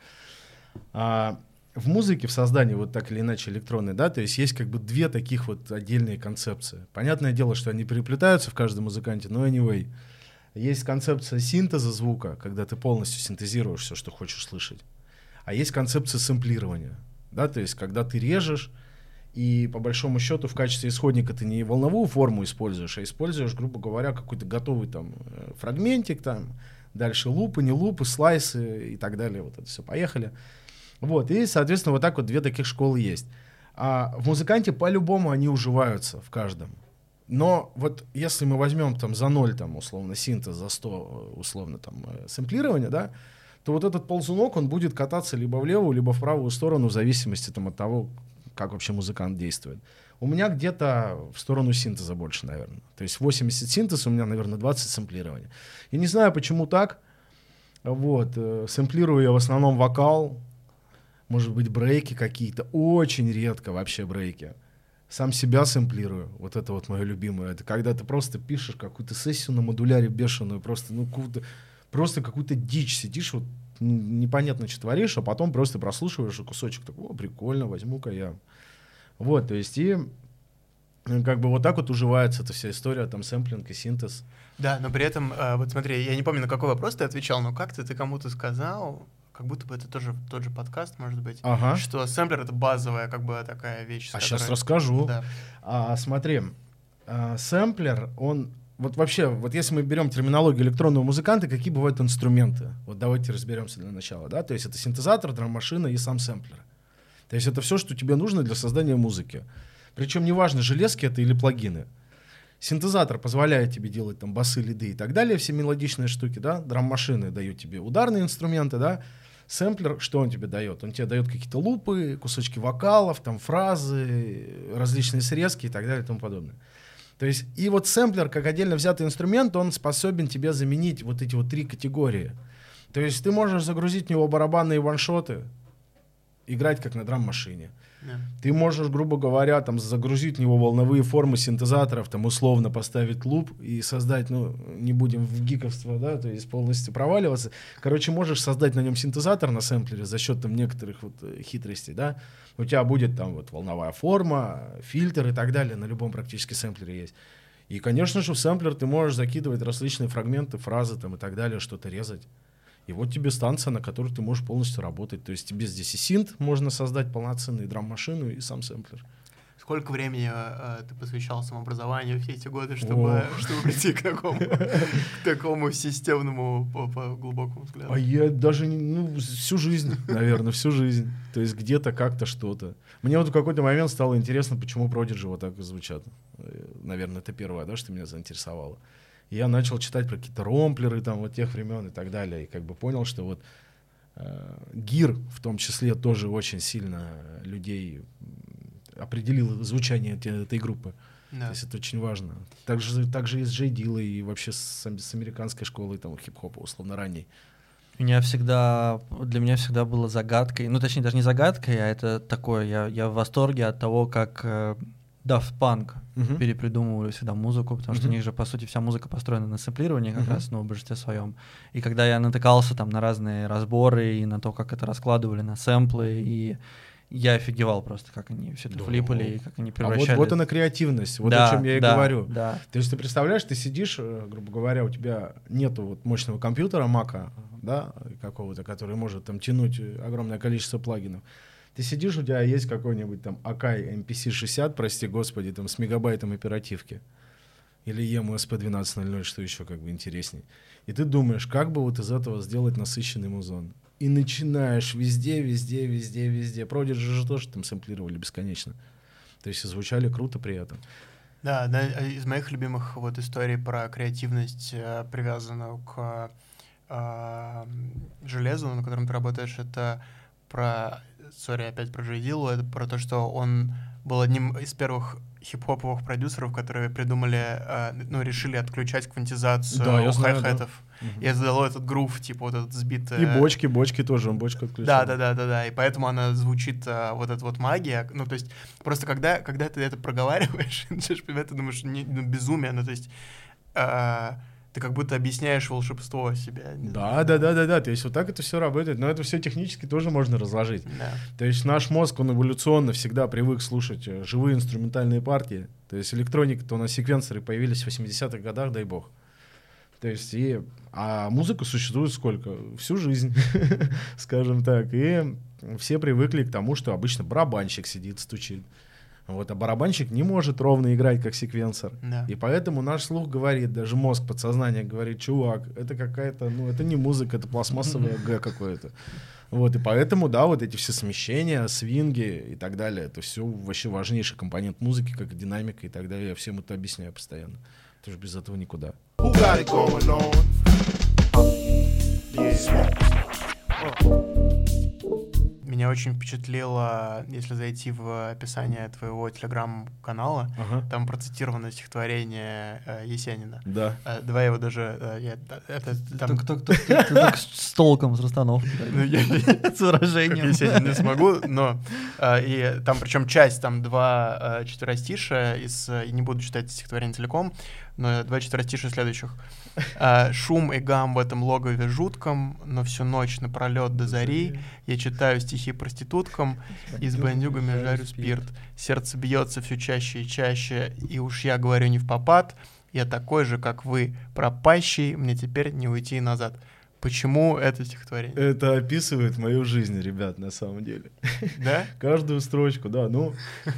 А, в музыке, в создании вот так или иначе электронной, да, то есть есть как бы две таких вот отдельные концепции. Понятное дело, что они переплетаются в каждом музыканте, но anyway. Есть концепция синтеза звука, когда ты полностью синтезируешь все, что хочешь слышать. А есть концепция сэмплирования, да, то есть когда ты режешь, и по большому счету в качестве исходника ты не волновую форму используешь, а используешь, грубо говоря, какой-то готовый там фрагментик, там, дальше лупы, не лупы, слайсы и так далее. Вот это все, поехали. Вот, и, соответственно, вот так вот две таких школы есть. А в музыканте по-любому они уживаются в каждом. Но вот если мы возьмем там за ноль, там, условно, синтез, за сто, условно, там, сэмплирования, да, то вот этот ползунок, он будет кататься либо в левую, либо в правую сторону, в зависимости там, от того, как вообще музыкант действует. У меня где-то в сторону синтеза больше, наверное. То есть восемьдесят синтез, у меня, наверное, двадцать сэмплирования. И не знаю, почему так. Вот, сэмплирую я в основном вокал, может быть, брейки какие-то, очень редко вообще брейки. сам себя сэмплирую. Вот это вот мое любимое. Это когда ты просто пишешь какую-то сессию на модуляре бешеную, просто, ну, какую-то, просто какую-то дичь сидишь, вот непонятно, что творишь, а потом просто прослушиваешь кусочек, такой, о, прикольно, возьму-ка я. Вот, то есть и как бы вот так вот уживается эта вся история, там, сэмплинг и синтез. Да, но при этом, э, вот смотри, я не помню, на какой вопрос ты отвечал, но как-то ты кому-то сказал, как будто бы это тоже тот же подкаст, может быть, ага. что сэмплер — это базовая как бы такая вещь. А которой... сейчас расскажу. Да. А, смотри, а, сэмплер, он... Вот вообще, вот если мы берем терминологию электронного музыканта, какие бывают инструменты? Вот давайте разберемся для начала, да? То есть это синтезатор, драм-машина и сам сэмплер. То есть это все, что тебе нужно для создания музыки. Причем неважно, железки это или плагины. Синтезатор позволяет тебе делать там басы, лиды и так далее, все мелодичные штуки, да? Драм-машины дают тебе ударные инструменты, да? Сэмплер, что он тебе дает? Он тебе дает какие-то лупы, кусочки вокалов, там фразы, различные срезки и так далее и тому подобное. То есть, и вот сэмплер, как отдельно взятый инструмент, он способен тебе заменить вот эти вот три категории. То есть ты можешь загрузить в него барабанные ваншоты, играть как на драм-машине. Yeah. Ты можешь, грубо говоря, там, загрузить в него волновые формы синтезаторов, там, условно поставить луп и создать, ну, не будем в гиковство, да, то есть полностью проваливаться. Короче, можешь создать на нем синтезатор на сэмплере за счет там некоторых вот хитростей, да. У тебя будет там вот волновая форма, фильтр и так далее, на любом практически сэмплере есть. И, конечно же, в сэмплер ты можешь закидывать различные фрагменты, фразы там и так далее, что-то резать. И вот тебе станция, на которой ты можешь полностью работать. То есть тебе здесь и синт можно создать полноценную, и драм-машину, и сам сэмплер. Сколько времени э, ты посвящал самообразованию все эти годы, чтобы, чтобы прийти к такому, к такому системному, по, по глубокому взгляду? А я даже, ну, всю жизнь, наверное, всю жизнь. То есть где-то, как-то, что-то. Мне вот в какой-то момент стало интересно, почему Prodigy вот так звучат. Наверное, это первое, да, что меня заинтересовало. И я начал читать про какие-то ромплеры там вот тех времен и так далее. И как бы понял, что вот э, гир в том числе тоже очень сильно людей определил звучание этой, этой группы. Да. То есть это очень важно. Также, также и с Джей Диллой, и вообще с, с американской школой там, хип-хопа, условно, ранней. Меня всегда, для меня всегда было загадкой, ну точнее даже не загадкой, а это такое, я, я в восторге от того, как э, Daft Punk uh-huh. перепридумывали всегда музыку, потому uh-huh. что у них же, по сути, вся музыка построена на сэмплировании как uh-huh. раз, ну, в большинстве своем. И когда я натыкался там на разные разборы и на то, как это раскладывали на сэмплы, и я офигевал просто, как они все это да. флипали, и как они превращали. А вот, вот она креативность, вот да, о чем я и да, говорю. Да. То есть ты представляешь, ты сидишь, грубо говоря, у тебя нету вот мощного компьютера, мака, да, какого-то, который может там тянуть огромное количество плагинов. Ты сидишь, у тебя есть какой-нибудь там Akai эм пи си шестьдесят, прости господи, там с мегабайтом оперативки. Или и эм эс пи двенадцать ноль ноль, что еще как бы интересней. И ты думаешь, как бы вот из этого сделать насыщенный музон. И начинаешь везде, везде, везде, везде. Prodigy же тоже там сэмплировали бесконечно. То есть звучали круто при этом. Да, да, из моих любимых вот историй про креативность, привязанную к э, железу, на котором ты работаешь, это про, сори, опять про Джей Диллу, это про то, что он был одним из первых хип-хоповых продюсеров, которые придумали, э, ну, решили отключать квантизацию да, у хай-хэтов. Да. И это дало этот грув, типа вот этот сбитый... И бочки, бочки тоже, он бочку отключал. Да-да-да-да-да, и поэтому она звучит, а, вот эта вот магия. Ну, то есть, просто когда, когда ты это проговариваешь, начинаешь понимать, ты думаешь, не, ну, безумие, ну, то есть... А, ты как будто объясняешь волшебство себе. Да, да, да, да, да. То есть вот так это все работает. Но это все технически тоже можно разложить. Да. То есть наш мозг, он эволюционно всегда привык слушать живые инструментальные партии. То есть электроника-то у нас секвенсоры появились в восьмидесятых годах, дай бог. То есть и... А музыка существует сколько? Всю жизнь, скажем так. И все привыкли к тому, что обычно барабанщик сидит, стучит. Вот, а барабанщик не может ровно играть, как секвенсор. Да. И поэтому наш слух говорит, даже мозг, подсознание говорит, чувак, это какая-то, ну, это не музыка, это пластмассовое г какое-то. Вот, и поэтому, да, вот эти все смещения, свинги и так далее, это все вообще важнейший компонент музыки, как динамика и так далее. Я всем это объясняю постоянно. Потому что без этого никуда. меня очень впечатлило, если зайти в описание твоего телеграм-канала, ага. там процитировано стихотворение э, Есенина. Да. Э, давай его даже... Э, я, это, там... Ты так с толком, с расстановкой, с выражением. Есенин не смогу, но... И там, причем часть, там два четверостишия, я не буду читать стихотворение целиком, но два четверостишия следующих. Шум и гам в этом логове жутком, но всю ночь напролет до зари я читаю стихи проституткам и с бандюгами жарю спирт. Сердце бьется все чаще и чаще, и уж я говорю не впопад, я такой же, как вы, пропащий, мне теперь не уйти назад. Почему это стихотворение? Это описывает мою жизнь, ребят, на самом деле. Да? Каждую строчку, да, ну...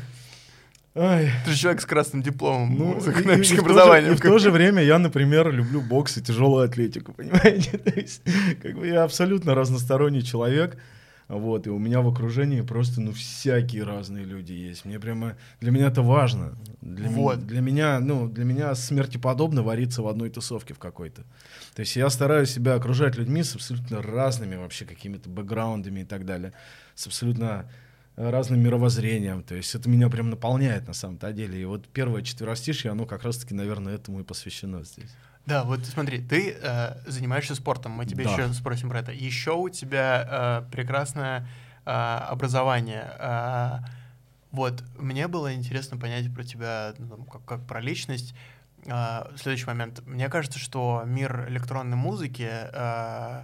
Ай. Ты же человек с красным дипломом, ну, с экономическим образованием. И в то же время я, например, люблю бокс и тяжелую атлетику, понимаете? То есть, как бы я абсолютно разносторонний человек, вот, и у меня в окружении просто, ну, всякие разные люди есть. Мне прямо, для меня это важно. Для, вот. ми, для меня, ну, для меня смертеподобно вариться в одной тусовке в какой-то. То есть я стараюсь себя окружать людьми с абсолютно разными вообще какими-то бэкграундами и так далее, с абсолютно разным мировоззрением, то есть это меня прям наполняет на самом-то деле. И вот первое четверостишье, оно как раз-таки, наверное, этому и посвящено здесь. Да, вот смотри, ты э, занимаешься спортом, мы тебе да. еще спросим про это. Еще у тебя э, прекрасное э, образование. Э, вот, мне было интересно понять про тебя, ну, как, как про личность. Э, следующий момент. Мне кажется, что мир электронной музыки э,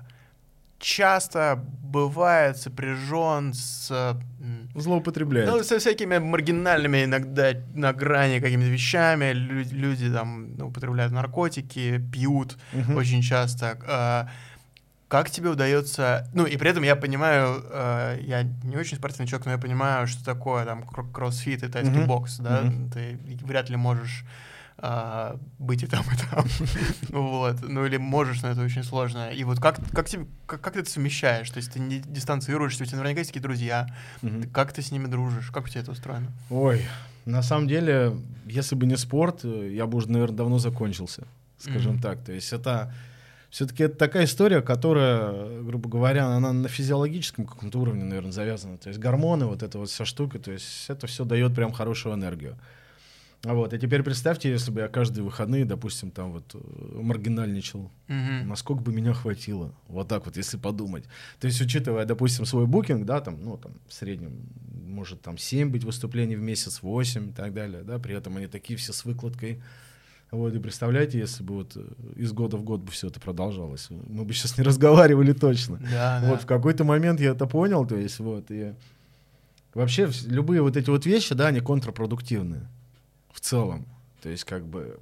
часто бывает сопряжен с... Злоупотребляет. Ну, со всякими маргинальными иногда на грани какими-то вещами. Люди, люди там употребляют наркотики, пьют uh-huh. очень часто. А, как тебе удается... Ну, и при этом я понимаю, а, я не очень спортивный человек, но я понимаю, что такое там кроссфит и тайский uh-huh. бокс, да? Uh-huh. Ты вряд ли можешь... Uh, быть и там, и там. Вот. Ну или можешь, но это очень сложно. И вот как, как, тебе, как, как ты это совмещаешь? То есть ты не дистанцируешься, у тебя наверняка есть такие друзья. Mm-hmm. Как ты с ними дружишь? Как у тебя это устроено? Ой, на самом деле, если бы не спорт, я бы уже, наверное, давно закончился, скажем mm-hmm. так. То есть это все-таки это такая история, которая, грубо говоря, она на физиологическом каком-то уровне, наверное, завязана. То есть гормоны, вот эта вот вся штука, то есть это все дает прям хорошую энергию. Вот, и теперь представьте, если бы я каждые выходные, допустим, там вот маргинальничал, mm-hmm. насколько бы меня хватило, вот так вот, если подумать. То есть, учитывая, допустим, свой букинг, да, там, ну, там, в среднем, может, там, семь быть выступлений в месяц, восемь и так далее, да, при этом они такие все с выкладкой. Вот, и представляете, если бы вот из года в год бы все это продолжалось, мы бы сейчас не разговаривали точно. Да, вот, да. в какой-то момент я это понял, то есть, вот, и вообще любые вот эти вот вещи, да, они контрпродуктивные. В целом, то есть как бы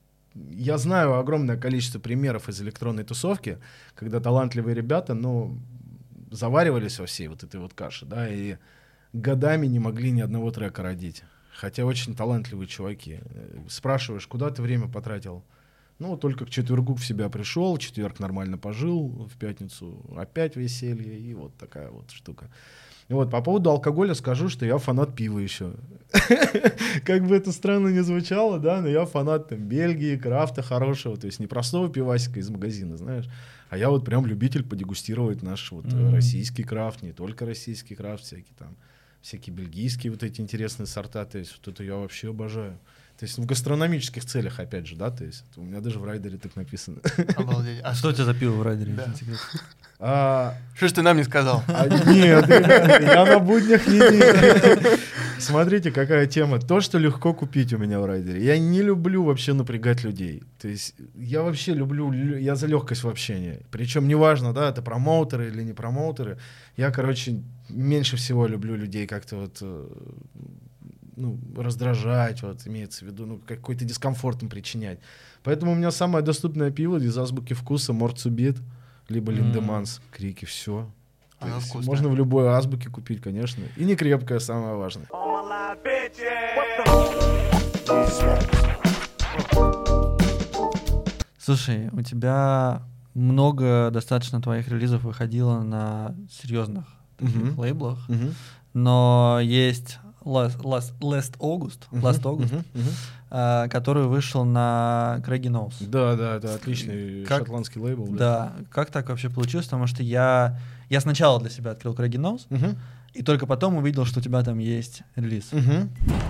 я знаю огромное количество примеров из электронной тусовки, когда талантливые ребята, ну, заваривались во всей вот этой вот каше, да, и годами не могли ни одного трека родить, хотя очень талантливые чуваки. Спрашиваешь, куда ты время потратил? Ну, только к четвергу в себя пришел, в четверг нормально пожил, в пятницу опять веселье, и вот такая вот штука. И вот по поводу алкоголя скажу, что я фанат пива еще. Как бы это странно не звучало, да, но я фанат там Бельгии, крафта хорошего, то есть не простого пивасика из магазина, знаешь, а я вот прям любитель подегустировать наш вот mm-hmm. российский крафт, не только российский крафт, всякие там, всякие бельгийские вот эти интересные сорта, то есть вот это я вообще обожаю. То есть в гастрономических целях, опять же, да, то есть у меня даже в райдере так написано. Обалдеть. А что у тебя за пиво в райдере? Да. А, что ж ты нам не сказал? А, нет, ребята, я на буднях не не. Смотрите, какая тема. То, что легко купить у меня в райдере. Я не люблю вообще напрягать людей. То есть я вообще люблю, я за легкость в общении. Причем неважно, да, это промоутеры или не промоутеры. Я, короче, меньше всего люблю людей как-то вот, ну, раздражать, вот, имеется в виду, ну, какой-то дискомфорт им причинять. Поэтому у меня самое доступное пиво из азбуки вкуса Морцубит, либо Линдеманс, mm. крики, все. Можно в любой азбуке купить, конечно. И не крепкое, самое важное. Слушай, у тебя много достаточно твоих релизов выходило на серьезных uh-huh. лейблах, uh-huh. но есть Last, last, last August, uh-huh. last August uh-huh. Uh-huh. Uh, который вышел на Craigie Knowes. Да, да, да, отличный как, шотландский лейбл. Да. да, как так вообще получилось? Потому что я, я сначала для себя открыл Craigie Knowes, uh-huh. И только потом увидел, что у тебя там есть релиз. Угу.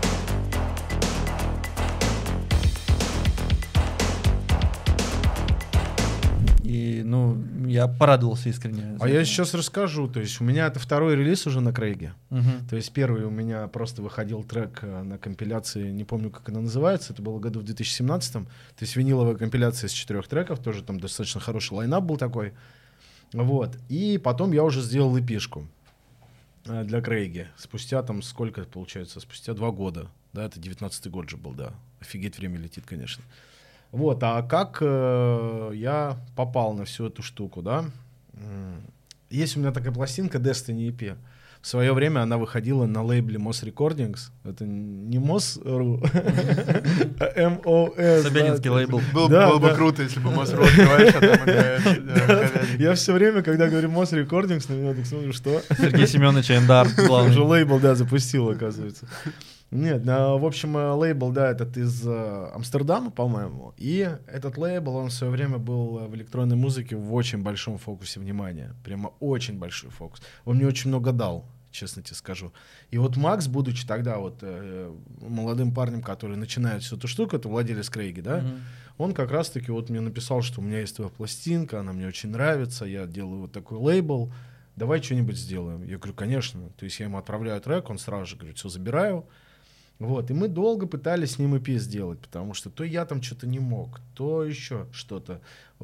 И, ну, я порадовался искренне. А я сейчас расскажу. То есть у меня это второй релиз уже на Крейге. Угу. То есть первый у меня просто выходил трек на компиляции, не помню, как она называется, это было году в две тысячи семнадцатом. То есть виниловая компиляция из четырех треков, тоже там достаточно хороший лайнап был такой. Вот. И потом я уже сделал эпишку для Крейги. Спустя там сколько, получается, спустя два года. Да, это девятнадцатый год же был, да. Офигеть, время летит, конечно. Вот, а как э, я попал на всю эту штуку, да? Есть у меня такая пластинка Destiny и пи. В свое время она выходила на лейбле Moss Recordings. Это не Moss.ru, а эм о эс. Собянинский лейбл. Было бы круто, если бы Moss.ru открываешь, а там играет. Я все время, когда говорю Moss Recordings, на меня так смотрю, что? Сергей Семенович Эндар, главный. Уже лейбл, да, запустил, оказывается. Нет, ну, в общем, лейбл, да, этот из э, Амстердама, по-моему. И этот лейбл, он в свое время был в электронной музыке в очень большом фокусе внимания. Прямо очень большой фокус. Он мне очень много дал, честно тебе скажу. И вот Макс, будучи тогда вот э, молодым парнем, который начинает всю эту штуку, это владелец Крейги, да, mm-hmm. он как раз-таки вот мне написал, что у меня есть твоя пластинка, она мне очень нравится, я делаю вот такой лейбл, давай что-нибудь сделаем. Я говорю, конечно. То есть я ему отправляю трек, он сразу же говорит, все, забираю. Вот, и мы долго пытались с ним и пи сделать, потому что то я там что-то не мог, то еще что-то.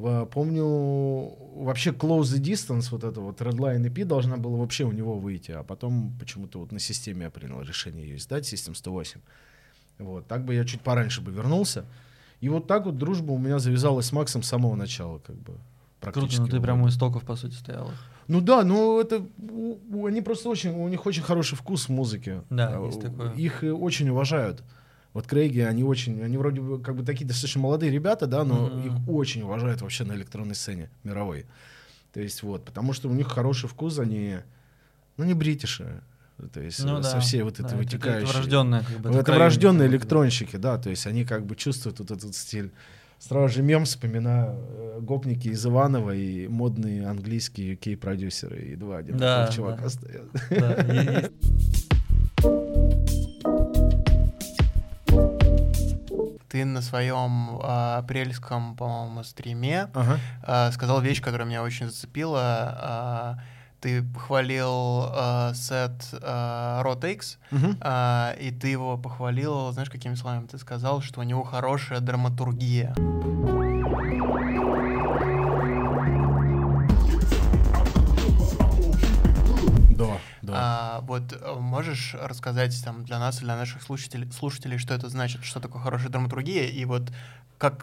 Помню, вообще Close the Distance, вот это вот Redline и пи должна была вообще у него выйти, а потом почему-то вот на системе я принял решение ее издать, System сто восемь. Вот, так бы я чуть пораньше бы вернулся. И вот так вот дружба у меня завязалась с Максом с самого начала, как бы. Круто, ну ты прямо у истоков, по сути, стоял. Ну да, ну это они просто очень, у них очень хороший вкус в музыке. Да, есть такое. Их очень уважают. Вот Крейги, они очень, они вроде бы как бы такие достаточно молодые ребята, да, но mm-hmm. их очень уважают вообще на электронной сцене мировой. То есть вот, потому что у них хороший вкус, они, ну не бритиши. То есть ну, со да. всей вот этой да, вытекающей. Это врожденные, как бы, это, это врожденные электронщики, да, то есть они как бы чувствуют вот этот стиль. Сразу же мем вспоминаю, э, гопники из Иванова и модные английские ю кей-продюсеры, и два один да, такого чувака да. стоят. Да, есть. Ты на своем э, апрельском, по-моему, стриме ага. э, сказал вещь, которая меня очень зацепила. Э, Ты хвалил э, сет э, Rotex, uh-huh. э, и ты его похвалил, знаешь, какими словами? Ты сказал, что у него хорошая драматургия. Да, да. А, вот можешь рассказать там для нас и для наших слушателей, слушателей, что это значит, что такое хорошая драматургия, и вот как...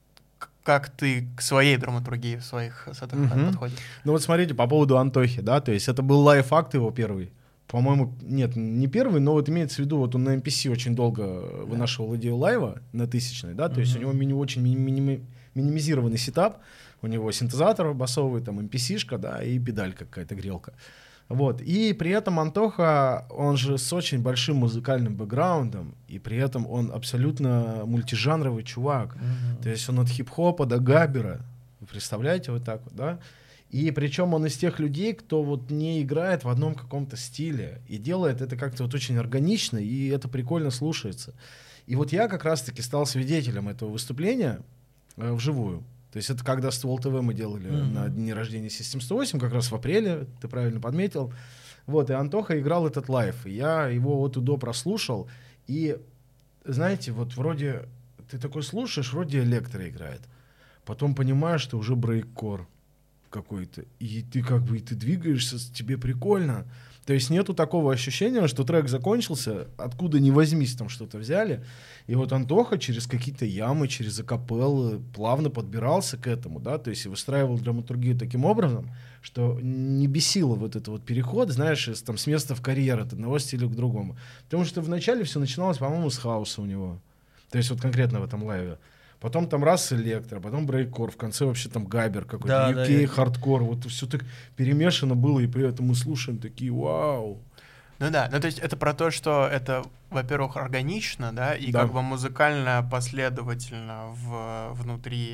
Как ты к своей драматургии в своих сетах uh-huh. подходишь? Ну вот смотрите, по поводу Антохи, да, то есть это был лайф-акт его первый. По-моему, нет, не первый, но вот имеется в виду, вот он на эм пи си очень долго yeah. вынашивал идею лайва на тысячной, да, то uh-huh. есть у него мини- очень мини- минимизированный сетап, у него синтезатор басовый, там эм пи си-шка, да, и педалька какая-то, грелка. Вот. И при этом Антоха, он же с очень большим музыкальным бэкграундом, и при этом он абсолютно мультижанровый чувак. Mm-hmm. То есть он от хип-хопа до габбера. Вы представляете, вот так вот, да? И причем он из тех людей, кто вот не играет в одном каком-то стиле и делает это как-то вот очень органично, и это прикольно слушается. И вот я как раз-таки стал свидетелем этого выступления э, вживую. То есть это когда Ствол ТВ мы делали mm-hmm. на дне рождения System сто восемь, как раз в апреле, ты правильно подметил. Вот, и Антоха играл этот лайв, и я его от и до прослушал, и, знаете, вот вроде ты такой слушаешь, вроде электро играет, потом понимаешь, что уже брейккор какой-то, и ты как бы, и ты двигаешься, тебе прикольно. То есть нету такого ощущения, что трек закончился, откуда ни возьмись там что-то взяли. И вот Антоха через какие-то ямы, через акапеллы плавно подбирался к этому, да, то есть и выстраивал драматургию таким образом, что не бесило вот этот вот переход, знаешь, из, там, с места в карьер от одного стиля к другому. Потому что вначале все начиналось, по-моему, с хауса у него. То есть вот конкретно в этом лайве. Потом там раз электро, потом брейккор, в конце вообще там габбер какой-то, да, ю кей, да, хардкор, вот все так перемешано было, и при этом мы слушаем такие вау. Ну да, ну то есть это про то, что это, во-первых, органично, да, и да. как бы музыкально последовательно в, внутри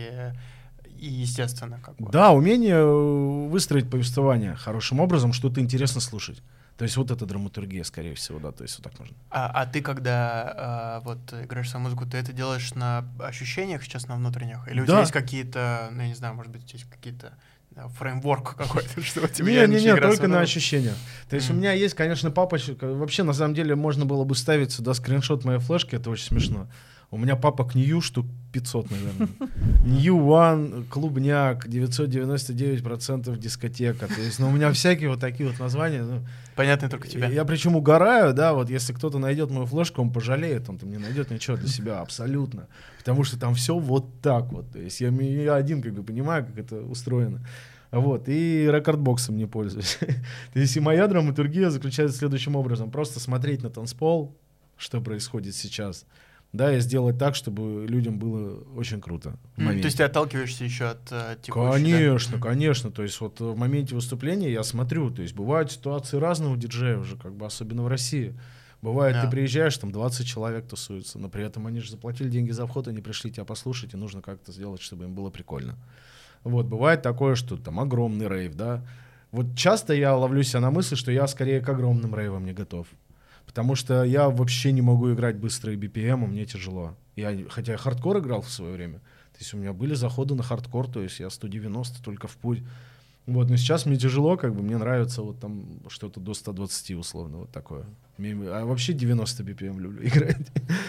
и естественно. Как бы. Да, умение выстроить повествование хорошим образом, что-то интересно слушать. То есть вот эта драматургия, скорее всего, да, то есть вот так можно. А, а ты, когда а, вот играешь свою музыку, ты это делаешь на ощущениях сейчас, на внутренних? Или у да. тебя есть какие-то, ну, я не знаю, может быть, у тебя есть какие-то да, фреймворк какой-то, что у тебя не, не, не, только на ощущения. То есть mm. у меня есть, конечно, папочка. Вообще, на самом деле, можно было бы ставить сюда скриншот моей флешки, это очень смешно. У меня папок Нью штук пятьсот, наверное. Нью One, клубняк, девятьсот девяносто девять процентов дискотека. То есть, ну, у меня всякие вот такие вот названия. Ну, понятно только тебе. Я причем угораю, да, вот если кто-то найдет мою флешку, он пожалеет, он там не найдет ничего для себя абсолютно. Потому что там все вот так вот. То есть я, я один как бы понимаю, как это устроено. Вот, и рекордбоксом не пользуюсь. То есть и моя драматургия заключается следующим образом. Просто смотреть на танцпол, что происходит сейчас, да, и сделать так, чтобы людям было очень круто. Mm, то есть ты отталкиваешься еще от uh, текущей, Конечно, да? конечно. То есть вот в моменте выступления я смотрю, то есть бывают ситуации разные у диджеев уже, как бы, особенно в России. Бывает, yeah. ты приезжаешь, там двадцать человек тусуются, но при этом они же заплатили деньги за вход, они пришли тебя послушать, и нужно как-то сделать, чтобы им было прикольно. Вот, бывает такое, что там огромный рейв, да. Вот часто я ловлю себя на мысли, что я скорее к огромным рейвам не готов. Потому что я вообще не могу играть быстрые би пи эм, мне тяжело. Я, хотя я хардкор играл в свое время. То есть у меня были заходы на хардкор, то есть я сто девяносто только в путь. Вот, но сейчас мне тяжело, как бы мне нравится вот там что-то до ста двадцати условно, вот такое. А вообще девяносто би пи эм люблю играть.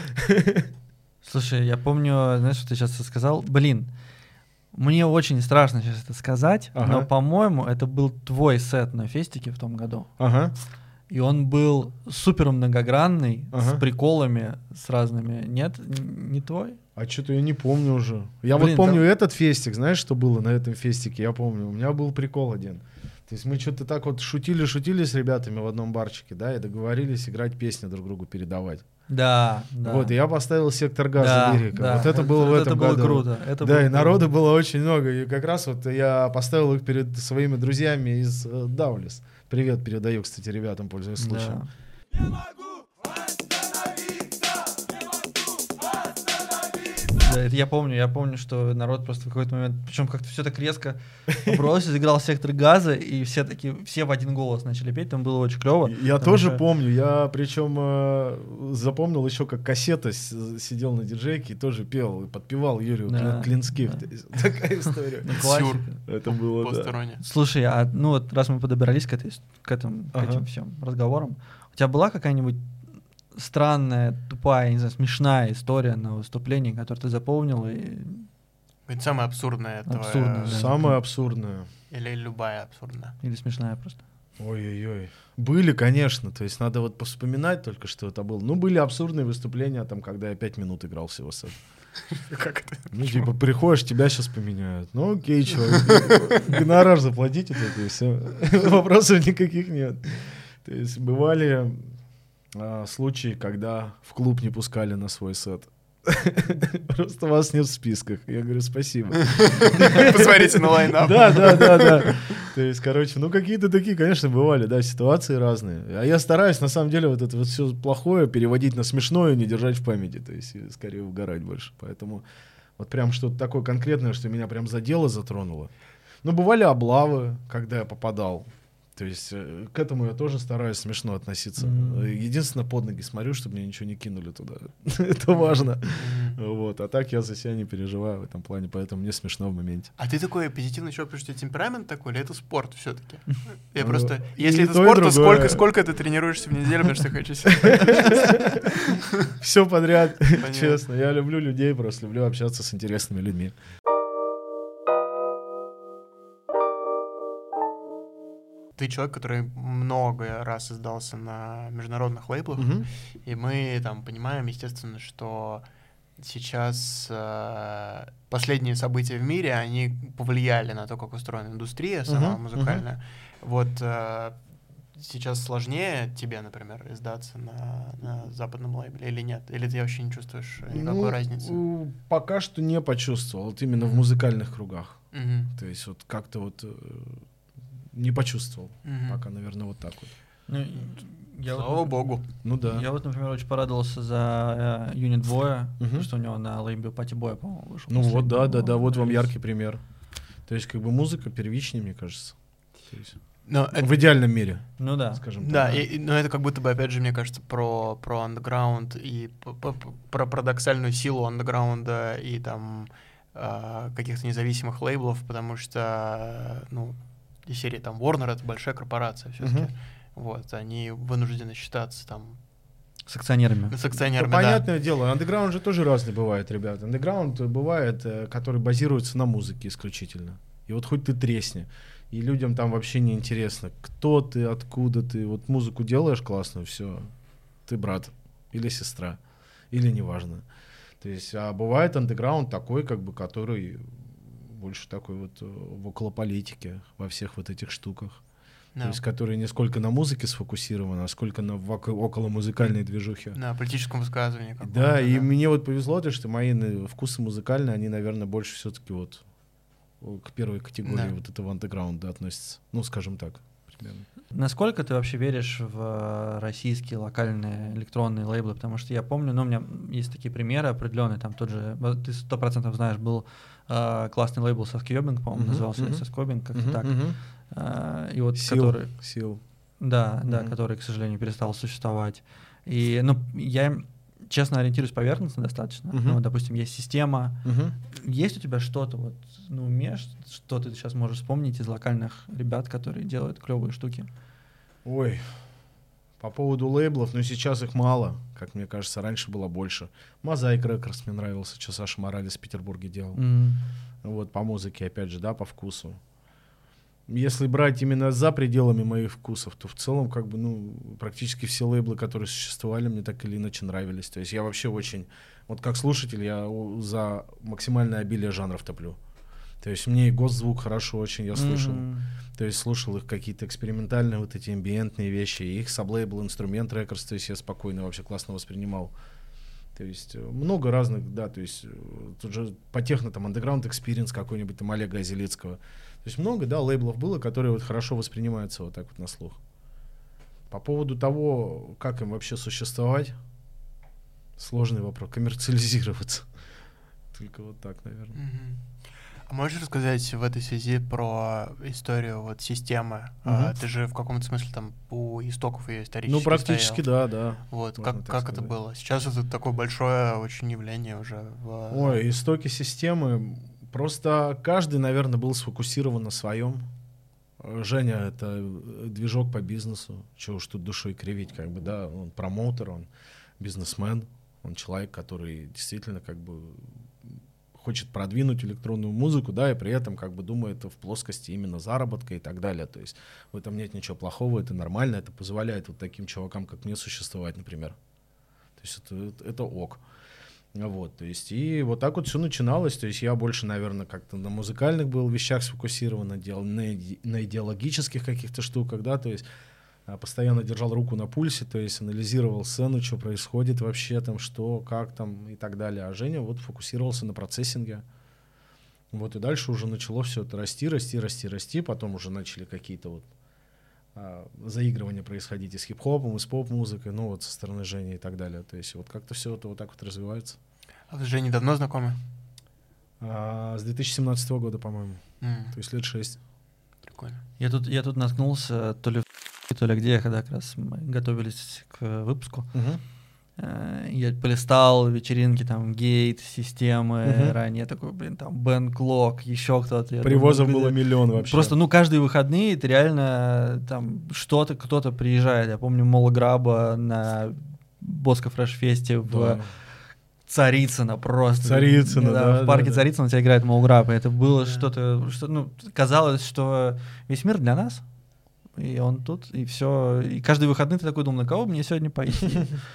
Слушай, я помню, знаешь, что ты сейчас сказал? Блин, мне очень страшно сейчас это сказать, ага. но, по-моему, это был твой сет на фестике в том году. Ага. И он был супер многогранный, ага. с приколами, с разными. Нет, не твой? А что-то я не помню уже. Я Блин, вот помню там... этот фестик, знаешь, что было на этом фестике? Я помню, у меня был прикол один. То есть мы что-то так вот шутили-шутили с ребятами в одном барчике, да, и договорились играть песни друг другу, передавать. Да, да. Вот, и я поставил «Сектор газа» да, лирика. Да. Вот это было это, в этом это было году. Круто. Это да, было и круто. народу было очень много. И как раз вот я поставил их перед своими друзьями из э, Даулис. Привет передаю, кстати, ребятам, пользуясь случаем. Да. Да, это я помню, я помню, что народ просто в какой-то момент, причем как-то все так резко бросил, играл «Сектор газа», и все такие, все в один голос начали петь, там было очень клево. Я тоже что... помню, я причем э, запомнил еще, как Кассета с, сидел на диджейке и тоже пел, и подпевал Юрию да, Клинских. Да. Такая история. Классика. Это было, да. Слушай, а ну вот раз мы подобрались к, этой, к, этому, ага. к этим всем разговорам, у тебя была какая-нибудь странная, тупая, не знаю, смешная история на выступлении, которую ты запомнил? И... Это самая абсурдная. Абсурдная, да. Самая абсурдная. Или любая абсурдная. Или смешная просто. Ой-ой-ой. Были, конечно. То есть надо вот вспоминать только, что это было. Ну, были абсурдные выступления, там, когда я пять минут играл всего сет. Как это? Ну, типа, приходишь, тебя сейчас поменяют. Ну, окей, чувак. Гонорар заплатите тут, и все. Вопросов никаких нет. То есть бывали... случаи, когда в клуб не пускали на свой сет. Просто вас нет в списках. Я говорю, спасибо. Посмотрите на лайнап. Да, да, да, да. То есть, короче, ну какие-то такие, конечно, бывали, да, ситуации разные. А я стараюсь, на самом деле, вот это вот все плохое переводить на смешное и не держать в памяти. То есть, скорее угорать больше. Поэтому вот прям что-то такое конкретное, что меня прям задело, затронуло. Но бывали облавы, когда я попадал. То есть э, к этому я тоже стараюсь смешно относиться. Mm-hmm. Единственное, под ноги смотрю, чтобы мне ничего не кинули туда. Это важно. Mm-hmm. Вот. А так я за себя не переживаю в этом плане, поэтому мне смешно в моменте. А ты такой позитивный человек, потому что у тебя темперамент такой, или это спорт все-таки? Я просто... Если это спорт, то сколько, сколько ты тренируешься в неделю, потому что хочу все подряд, честно. Я люблю людей, просто люблю общаться с интересными людьми. Ты человек, который много раз издался на международных лейблах, uh-huh. и мы там понимаем, естественно, что сейчас э, последние события в мире, они повлияли на то, как устроена индустрия сама uh-huh. музыкальная. Uh-huh. Вот э, сейчас сложнее тебе, например, издаться на, на западном лейбле или нет? Или ты вообще не чувствуешь никакой ну, разницы? Пока что не почувствовал, вот именно в музыкальных кругах. Uh-huh. То есть вот как-то вот... Не почувствовал. Mm-hmm. Пока, наверное, вот так вот. Ну, я Слава вот, богу. Ну да. Я вот, например, очень порадовался за э, Unit Boy, uh-huh. потому что у него на лейбле Пати Боя, по-моему, вышел. Ну вот, да, да, да, вот вам яркий пример. То есть, как бы музыка первичнее, мне кажется. То есть... Но это... В идеальном мире. Ну да. Скажем так. Да, и, но это как будто бы, опять же, мне кажется, про, про андеграунд и про парадоксальную силу андеграунда и там э, каких-то независимых лейблов, потому что, ну, из серии там Warner — это большая корпорация все-таки. Uh-huh. Вот, они вынуждены считаться там с акционерами. С акционерами, ну, да. Понятное дело, андеграунд же тоже разный бывает, ребята. Андеграунд бывает, который базируется на музыке исключительно. И вот хоть ты тресни, и людям там вообще не интересно, кто ты, откуда ты. Вот музыку делаешь классную, все, ты брат или сестра, или неважно. То есть, а бывает андеграунд такой, как бы, который больше такой вот в околополитике, во всех вот этих штуках. No. То есть, который не сколько на музыке сфокусирован, а сколько на около музыкальной движухе. На политическом высказывании. Да, и да. Мне вот повезло, то, что мои вкусы музыкальные, они, наверное, больше все-таки вот к первой категории no. вот этого андеграунда относятся. Ну, скажем так, примерно. Насколько ты вообще веришь в российские локальные электронные лейблы? Потому что я помню, ну, у меня есть такие примеры определенные, там тот же, ты сто процентов знаешь, был э, классный лейбл Соскьёбинг, по-моему, uh-huh, назывался uh-huh. Соскьёбинг, как-то uh-huh, так. Uh-huh. Uh, и вот Сил, который, сил. Да, uh-huh. да, который, к сожалению, перестал существовать. И, ну, я, честно, ориентируюсь поверхностно достаточно. Uh-huh. Ну, допустим, есть система. Uh-huh. Есть у тебя что-то вот на уме, что ты сейчас можешь вспомнить из локальных ребят, которые делают клевые штуки? Ой, по поводу лейблов, ну сейчас их мало, как мне кажется, раньше было больше. Мозаик Рекордс мне нравился, что Саша Моралес в Петербурге делал. Mm. Вот, по музыке, опять же, да, по вкусу. Если брать именно за пределами моих вкусов, то в целом, как бы, ну, практически все лейблы, которые существовали, мне так или иначе нравились. То есть я вообще очень, вот как слушатель, я за максимальное обилие жанров топлю. То есть мне и госзвук хорошо очень я слушал. Mm-hmm. То есть слушал их какие-то экспериментальные вот эти амбиентные вещи, и их саблейбл, инструмент рекордс, то есть я спокойно вообще классно воспринимал. То есть много разных, да, то есть тут же по техно там Underground Experience какой-нибудь там Олега Озелецкого. То есть много, да, лейблов было, которые вот хорошо воспринимаются вот так вот на слух. По поводу того, как им вообще существовать, сложный вопрос, коммерциализироваться. Только вот так, наверное. Mm-hmm. А можешь рассказать в этой связи про историю вот системы? Uh-huh. А, ты же в каком-то смысле там у истоков ее исторически Ну, практически, стоял. да, да. Вот, как, как это было? Сейчас это такое большое очень явление уже. В... Ой, истоки системы. Просто каждый, наверное, был сфокусирован на своем. Женя — это движок по бизнесу. Чего уж тут душой кривить, как бы, да. Он промоутер, он бизнесмен, он человек, который действительно как бы хочет продвинуть электронную музыку, да, и при этом как бы думает в плоскости именно заработка и так далее. То есть в этом нет ничего плохого, это нормально, это позволяет вот таким чувакам, как мне, существовать, например. То есть это, это, это ок. Вот, то есть и вот так вот все начиналось. То есть я больше, наверное, как-то на музыкальных был вещах сфокусирован, на, на, на идеологических каких-то штуках, да, то есть постоянно держал руку на пульсе, то есть анализировал сцену, что происходит вообще там, что, как там и так далее. А Женя вот фокусировался на процессинге. Вот и дальше уже начало все это расти, расти, расти, расти. Потом уже начали какие-то вот а, заигрывания происходить и с хип-хопом, и с поп-музыкой, ну вот со стороны Жени и так далее. То есть вот как-то все это вот так вот развивается. А вы с Женей давно знакомы? А, с две тысячи семнадцатого года, по-моему. Mm. То есть лет шесть. Прикольно. Я тут, я тут наткнулся то ли в то ли где, когда как раз мы готовились к выпуску. Uh-huh. Я полистал вечеринки, там, Гейт, системы, uh-huh. ранее такой, блин, там, Бен Клок, еще кто-то. Привозов думаю, было миллион вообще. Просто, ну, каждые выходные ты реально, там, что-то, кто-то приезжает. Я помню Мола Граба на Боско Фреш-фесте в да. Царицыно просто. Царицыно, да. да в парке да, Царицыно у тебя играет Мола Граб, и это было да. что-то, что, ну, казалось, что весь мир для нас. И он тут, и все. И каждый выходный ты такой думал, на кого мне сегодня пойти?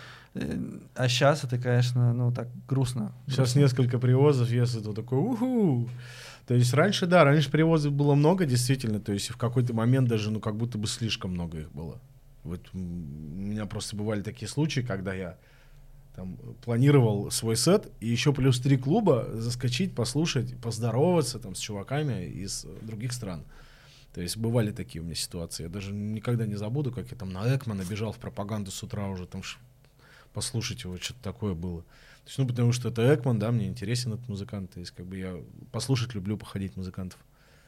А сейчас это, конечно, ну так грустно. Сейчас несколько привозов, если то такой уху. То есть раньше, да, раньше привозов было много, действительно. То есть в какой-то момент даже, ну, как будто бы слишком много их было. Вот у меня просто бывали такие случаи, когда я там планировал свой сет, и еще плюс три клуба заскочить, послушать, поздороваться там с чуваками из других стран. То есть бывали такие у меня ситуации. Я даже никогда не забуду, как я там на Экмана бежал в пропаганду с утра уже, там ш... послушать его, что-то такое было. То есть, ну, потому что это Экман, да, мне интересен этот музыкант. То есть, как бы я послушать люблю, походить музыкантов.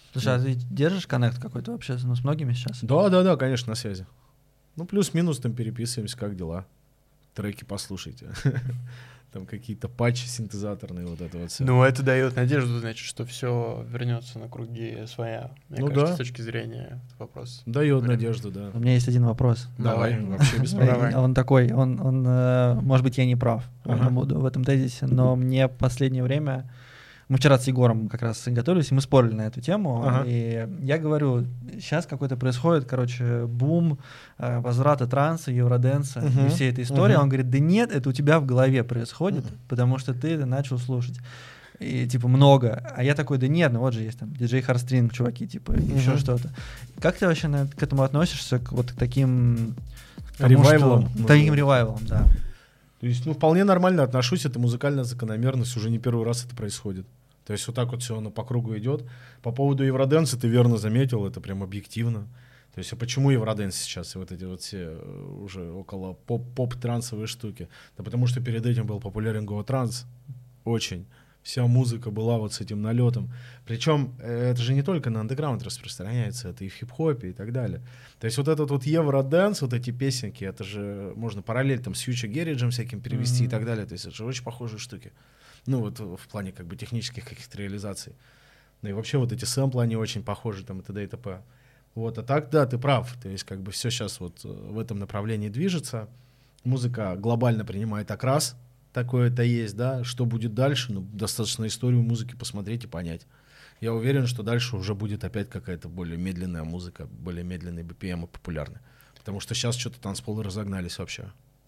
Слушай, а ты держишь коннект какой-то вообще, ну, с многими сейчас? Да, да, да, конечно, на связи. Ну, плюс-минус там переписываемся, как дела. Треки послушайте. Там какие-то патчи синтезаторные, вот это вот все. Ну, это дает надежду, значит, что все вернется на круги своя. Мне ну, кажется, да. с точки зрения вопроса. Дает надежду, да. У меня есть один вопрос. Давай, Давай. вообще без проблем. Он такой, он, он, может быть, я не прав Ага. в этом тезисе, но мне в последнее время... Мы вчера с Егором как раз готовились, и мы спорили на эту тему. Ага. И я говорю, сейчас какой-то происходит, короче, бум э, возврата транса, евроденса Мгм. и всей этой истории. Мгм. Он говорит, да нет, это у тебя в голове происходит, Мгм. потому что ты это начал слушать. И типа много. А я такой, да нет, ну вот же есть там диджей Харстринг, чуваки, типа, и еще Мгм. что-то. Как ты вообще на- к этому относишься, к вот к таким... к тому, Ревайвалам, что- можно Таким сказать. ревайвалам, да. То есть, ну, вполне нормально отношусь, это музыкальная закономерность, уже не первый раз это происходит. То есть вот так вот все оно по кругу идет. По поводу евроденса ты верно заметил, это прям объективно. То есть а почему евроденс сейчас, и вот эти вот все э, уже около поп- поп-трансовые штуки? Да потому что перед этим был популярен гоу-транс, очень. Вся музыка была вот с этим налетом. Причем э, это же не только на андеграунд распространяется, это и в хип-хопе и так далее. То есть вот этот вот евроденс, вот эти песенки, это же можно параллель там с Фьючер Герриджем всяким перевести Mm-hmm. и так далее. То есть это же очень похожие штуки. Ну вот в плане как бы технических каких-то реализаций. Ну и вообще вот эти сэмплы, они очень похожи там и т.д. и т.п. Вот, а так, да, ты прав. То есть как бы все сейчас вот в этом направлении движется. Музыка глобально принимает окрас. Такое-то есть, да. Что будет дальше? Ну, достаточно историю музыки посмотреть и понять. Я уверен, что дальше уже будет опять какая-то более медленная музыка, более медленные би пи эм популярны. Потому что сейчас что-то танцполы разогнались вообще.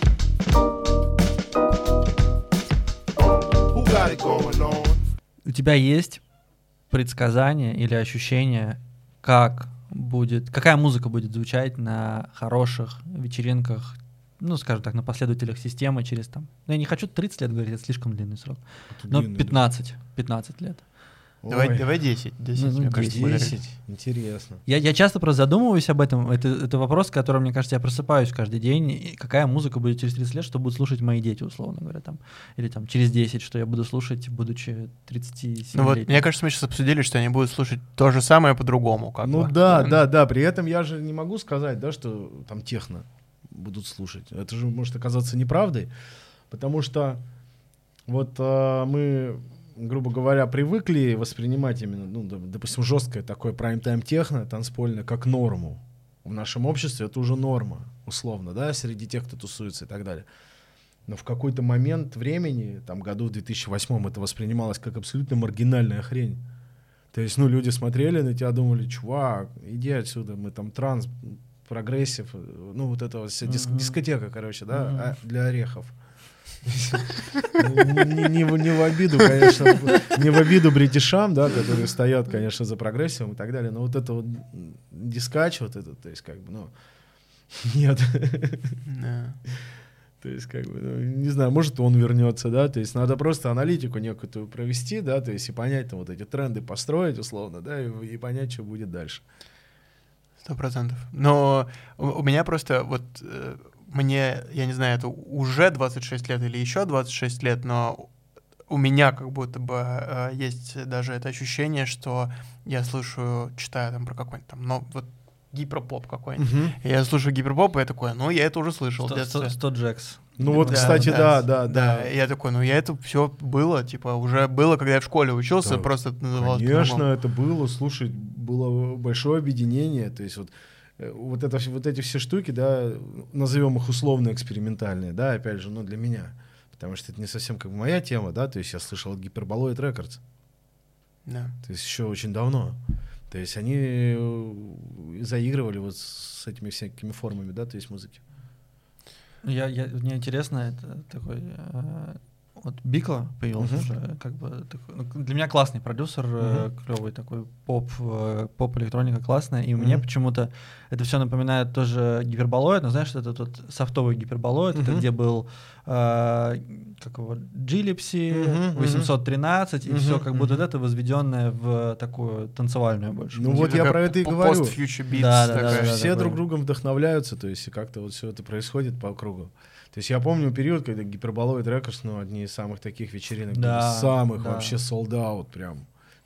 У тебя есть предсказание или ощущение, как будет, какая музыка будет звучать на хороших вечеринках, ну, скажем так, на последователях системы через там, ну, я не хочу тридцать лет говорить, это слишком длинный срок, Это но длинный, пятнадцать, пятнадцать лет. Давай, Ой, давай десять. десять, Ну, ну, мне кажется, более реально. десять. Интересно. Я, я часто просто задумываюсь об этом, это, это вопрос, который, мне кажется, я просыпаюсь каждый день, и какая музыка будет через тридцать лет, что будут слушать мои дети, условно говоря, там, или там через десять, что я буду слушать, будучи тридцати семи Ну вот, летним. мне кажется, мы сейчас обсудили, что они будут слушать то же самое по-другому. Как Ну бы. да, М. да, да. При этом я же не могу сказать, да, что там техно будут слушать. Это же может оказаться неправдой, потому что вот а, мы, грубо говоря, привыкли воспринимать именно, ну, допустим, жесткое такое прайм-тайм техно, танцпольное, как норму. В нашем обществе это уже норма, условно, да, среди тех, кто тусуется и так далее. Но в какой-то момент времени, там, году в две тысячи восьмом, это воспринималось как абсолютно маргинальная хрень. То есть, ну, люди смотрели на тебя, думали, чувак, иди отсюда, мы там транс, прогрессив, ну, вот это вот вся дис- Мгм. дискотека, короче, да, Мгм. а, для орехов. Не не в не в обиду, конечно, не в обиду бритишам, да, которые стоят, конечно, за прогрессивом и так далее, но вот это вот дискач, вот это, то есть, как бы, ну, нет. Да. То есть, как бы, ну, не знаю, может, он вернется, да, то есть надо просто аналитику некую провести, да, то есть и понять, там, вот эти тренды построить, условно, да, и, и понять, что будет дальше. Сто процентов. Но у, у меня просто вот э, мне, я не знаю, это уже двадцать шесть лет или еще двадцать шесть лет, но у меня как будто бы э, есть даже это ощущение, что я слушаю, читаю там про какой-нибудь там, но вот гиперпоп какой-нибудь. И я слушаю гиперпоп, и я такой, ну, я это уже слышал в детстве. сто Джекс. Ну вот, Да, кстати, да, да, да. Да, и я такой, ну, я это все было, типа, уже было, когда я в школе учился, Да, просто это называлось Конечно, по-другому. это было, слушай, было большое объединение, то есть вот, э, вот, это, вот эти все штуки, да, назовем их условно экспериментальные, да, опять же, ну, для меня, потому что это не совсем как бы моя тема, да, то есть я слышал от Hyperboloid Records, Да. то есть еще очень давно, то есть они э, заигрывали вот с этими всякими формами, да, то есть музыки. Я, я, мне интересно, это такой... э, вот Бико появился Мгм. уже, как бы, такой, ну, для меня классный продюсер, э, Мгм. клевый такой поп, э, поп-электроника классная, и мне Мгм. почему-то это все напоминает тоже гиперболоид, но знаешь, это тот софтовый гиперболоид, это Мгм. где был э, как его, Джилипси, Мгм, восемьсот тринадцать, и мгм, все как будто мгм. вот это возведенное в такую танцевальную больше. Ну музыку. вот я Типа про как это и по- говорю. Post-future beats Да, да, такая. да, да, Все такое. друг другом вдохновляются, то есть и как-то вот все это происходит по кругу. То есть я помню период, когда Hyperboloid Records, ну, одни из самых таких вечеринок, Да, были, самых да. вообще sold out прям.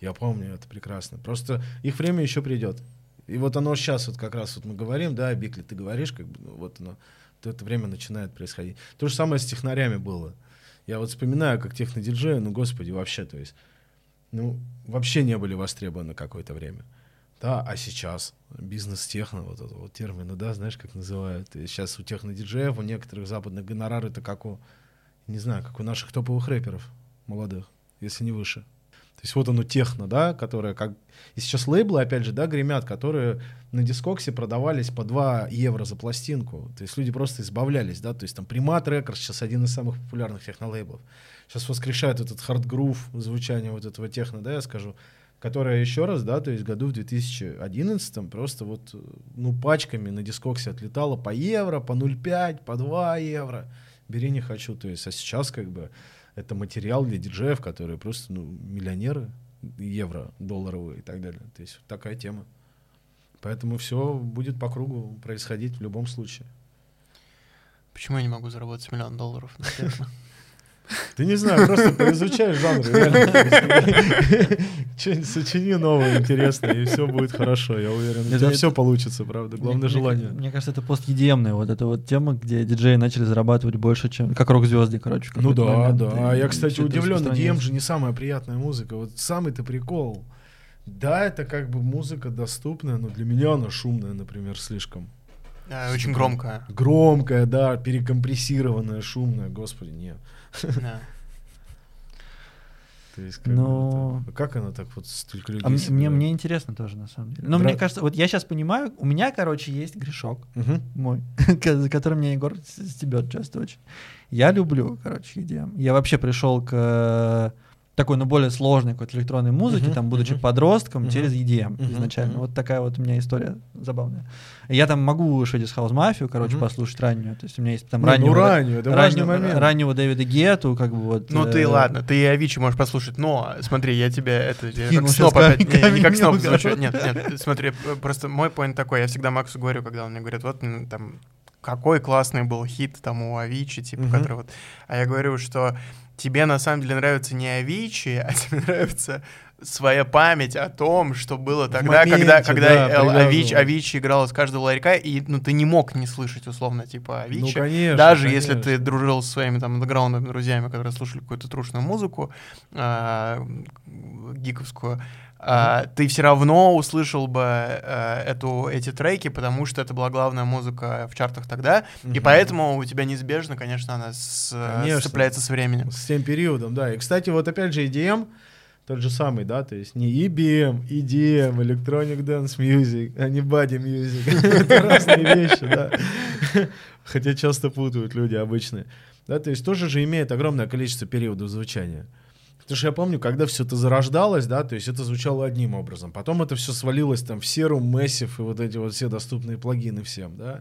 Я помню это прекрасно. Просто их время еще придет. И вот оно сейчас вот как раз вот мы говорим, да, Бикли, ты говоришь, как бы, ну, вот оно, то это время начинает происходить. То же самое с технарями было. Я вот вспоминаю, как технодиджеи, ну, господи, вообще, то есть, ну, вообще не были востребованы какое-то время. Да, а сейчас бизнес-техно, вот это вот термины, да, знаешь, как называют. И сейчас у технодиджеев, у некоторых западных гонорары это как у, не знаю, как у наших топовых рэперов молодых, если не выше. То есть вот оно техно, да, которое как... И сейчас лейблы, опять же, да, гремят, которые на Дискоксе продавались по два евро за пластинку. То есть люди просто избавлялись, да, то есть там Примат Рекордс сейчас один из самых популярных технолейблов. Сейчас воскрешают этот хард-грув, звучание вот этого техно, да, я скажу, которое еще раз, да, то есть году в две тысячи одиннадцатом просто вот, ну, пачками на Дискоксе отлетало по евро, по ноль пять, по два евро. Бери не хочу, то есть, а сейчас как бы это материал для диджеев, которые просто, ну, миллионеры, евро, долларовые и так далее. То есть такая тема. Поэтому все будет по кругу происходить в любом случае. Почему я не могу заработать миллион долларов на техно? Ты не знаю, просто поизучаешь жанры, реально. Что-нибудь сочини новое, интересное, и все будет хорошо, я уверен. У тебя все получится, правда, главное желание. Мне кажется, это пост-и ди эм-ная вот эта вот тема, где диджеи начали зарабатывать больше, чем... Как рок-звезды, короче. Ну да, да. Я, кстати, удивлен, ди эм же не самая приятная музыка. Вот самый-то прикол. Да, это как бы музыка доступная, но для меня она шумная, например, слишком. Да, очень громкая. Громкая, да, перекомпрессированная, шумная, господи, нет. Да. То есть, как, но... это, как она так вот столько людей... А мне, мне интересно тоже, на самом деле. Но Дра... мне кажется, вот я сейчас понимаю, у меня, короче, есть грешок uh-huh. мой, за который меня Егор стебет часто очень. Я люблю, короче, и ди эм. Я вообще пришел к такой, ну, более сложной какой-то электронной музыке, uh-huh. там, будучи uh-huh. подростком, uh-huh. через и ди эм uh-huh. изначально. Uh-huh. Вот такая вот у меня история забавная. Я там могу Swedish House Mafia, короче, uh-huh. послушать раннюю. То есть у меня есть там ну, раннего, ну, раннюю, это раннего, момент. раннего Дэвида Гетту, как бы вот. Ну, ты, э... ладно, ты и Avicii можешь послушать, но, смотри, я тебе это... Я как сноп опять, не, не как сноп звучу. Нет, нет, смотри, просто мой поинт такой, я всегда Максу говорю, когда он мне говорит, вот, там, какой классный был хит там у Avicii, типа, uh-huh. который вот... А я говорю, что тебе на самом деле нравится не Avicii, а тебе нравится своя память о том, что было тогда, моменте, когда, когда да, Avicii, Avicii играла с каждого ларька, и ну, ты не мог не слышать, условно, типа Avicii. Ну, конечно, даже конечно. если ты дружил со своими там андеграундными друзьями, которые слушали какую-то трушную музыку, э, гиковскую, Uh, ты все равно услышал бы uh, эту, эти треки, потому что это была главная музыка в чартах тогда, uh-huh. и поэтому у тебя неизбежно, конечно, она с, конечно. сцепляется с временем. С тем периодом, да. И, кстати, вот опять же и ди эм, тот же самый, да, то есть не и би эм, и ди эм, Electronic Dance Music, а не Body Music. Это разные вещи, да. Хотя часто путают люди обычные. Да, то есть тоже же имеет огромное количество периодов звучания. Потому что я помню, когда все это зарождалось, да, то есть это звучало одним образом. Потом это все свалилось там в Serum, Massive и вот эти вот все доступные плагины всем, да.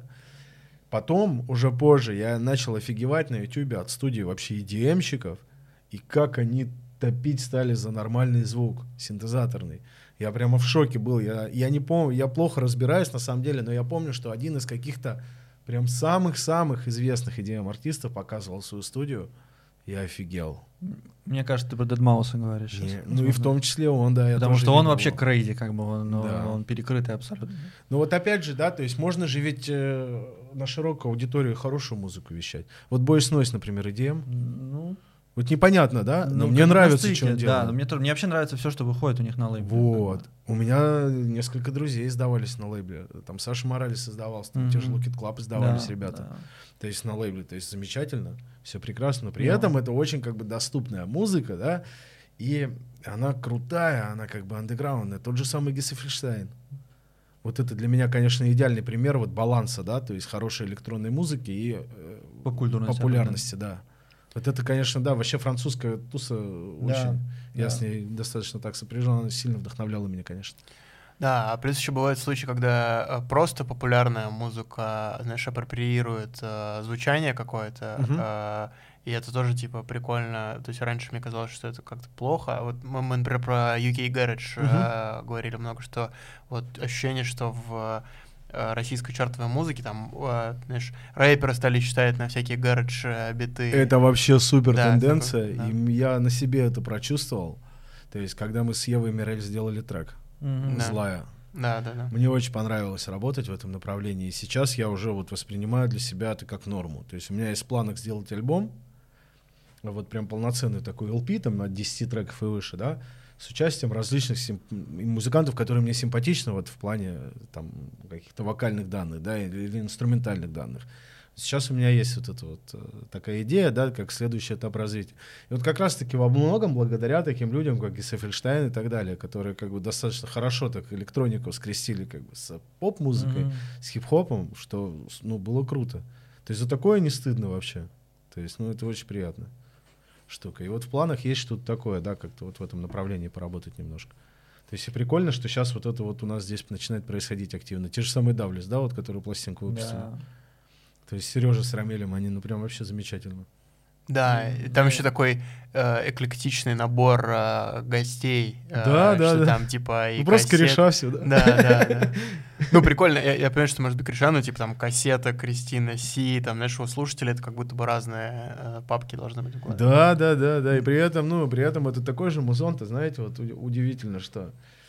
Потом, уже позже, я начал офигевать на Ютубе от студии вообще и ди эм-щиков, и как они топить стали за нормальный звук, синтезаторный. Я прямо в шоке был. Я, я не помню, я плохо разбираюсь на самом деле, но я помню, что один из каких-то прям самых-самых известных и ди эм-артистов показывал свою студию. Я офигел. Мне кажется, ты про Deadmau5 говоришь. Не, ну и в том числе он, да. Я Потому что он видел. вообще крейзи, как бы, он, да. он перекрытый абсолютно. Ну вот опять же, да, то есть можно же ведь э, на широкую аудиторию хорошую музыку вещать. Вот Boys Noize, например, и ди эм. Ну... Вот непонятно, да? Но ну, мне нравится, стыке, что он делает. Да, но мне, мне вообще нравится все, что выходит у них на лейбле. Вот. У меня несколько друзей издавались на лейбле. Там Саша Моралес издавался, там mm-hmm. те же Look It Club издавались, да, ребята. Да. То есть на лейбле. То есть замечательно, все прекрасно. Но при yeah. этом это очень как бы доступная музыка, да? И она крутая, она как бы андеграундная. Тот же самый Гессе Флиштайн. Вот это для меня, конечно, идеальный пример вот баланса, да? То есть хорошей электронной музыки и э, популярности, да. Вот это, конечно, да, вообще французская туса очень, да, я да. с ней достаточно так сопряжен, она сильно вдохновляла меня, конечно. Да, а плюс еще бывают случаи, когда просто популярная музыка, знаешь, апроприирует э, звучание какое-то, uh-huh. э, и это тоже, типа, прикольно. То есть раньше мне казалось, что это как-то плохо. А вот мы, мы, например, про ю кей Garage uh-huh. э, говорили много, что вот ощущение, что в российской чартовой музыки, там, э, знаешь, рэперы стали читать на всякие гараж-биты. Это вообще супер да, тенденция, такой, да. И я на себе это прочувствовал. То есть, когда мы с Евой Мирель сделали трек Mm-hmm. «Злая», да, да, да. мне очень понравилось работать в этом направлении, и сейчас я уже вот воспринимаю для себя это как норму. То есть у меня есть в планах сделать альбом, вот прям полноценный такой эл пи, там, от десяти треков и выше, да, с участием различных симп... музыкантов, которые мне симпатичны вот в плане там каких-то вокальных данных, да, или, или инструментальных данных. Сейчас у меня есть вот эта вот э, такая идея, да, как следующий этап развития. И вот как раз-таки во многом благодаря таким людям, как Гесефельштайн и так далее, которые как бы достаточно хорошо так электронику скрестили как бы с поп-музыкой, mm-hmm. с хип-хопом, что, ну, было круто. То есть за такое не стыдно вообще. То есть, ну, это очень приятно штука. И вот в планах есть что-то такое, да, как-то вот в этом направлении поработать немножко. То есть и прикольно, что сейчас вот это вот у нас здесь начинает происходить активно. Те же самые Давлес, да, вот, которые пластинку выпустили. Да. То есть Сережа с Рамелем, они, ну, прям вообще замечательно. Да, и там еще такой э, эклектичный набор э, гостей. Э, да, да, что да. Там, типа, и ну, просто кассет... кореша все, да? Да, да, да. Ну, прикольно, я, я понимаю, что может быть кореша, но, типа, там, кассета, Кристина Си, там, знаешь, у слушателей это как будто бы разные э, папки должны быть. Да, да, да, да, и при этом, ну, при этом это такой же музон-то, знаете, вот удивительно, что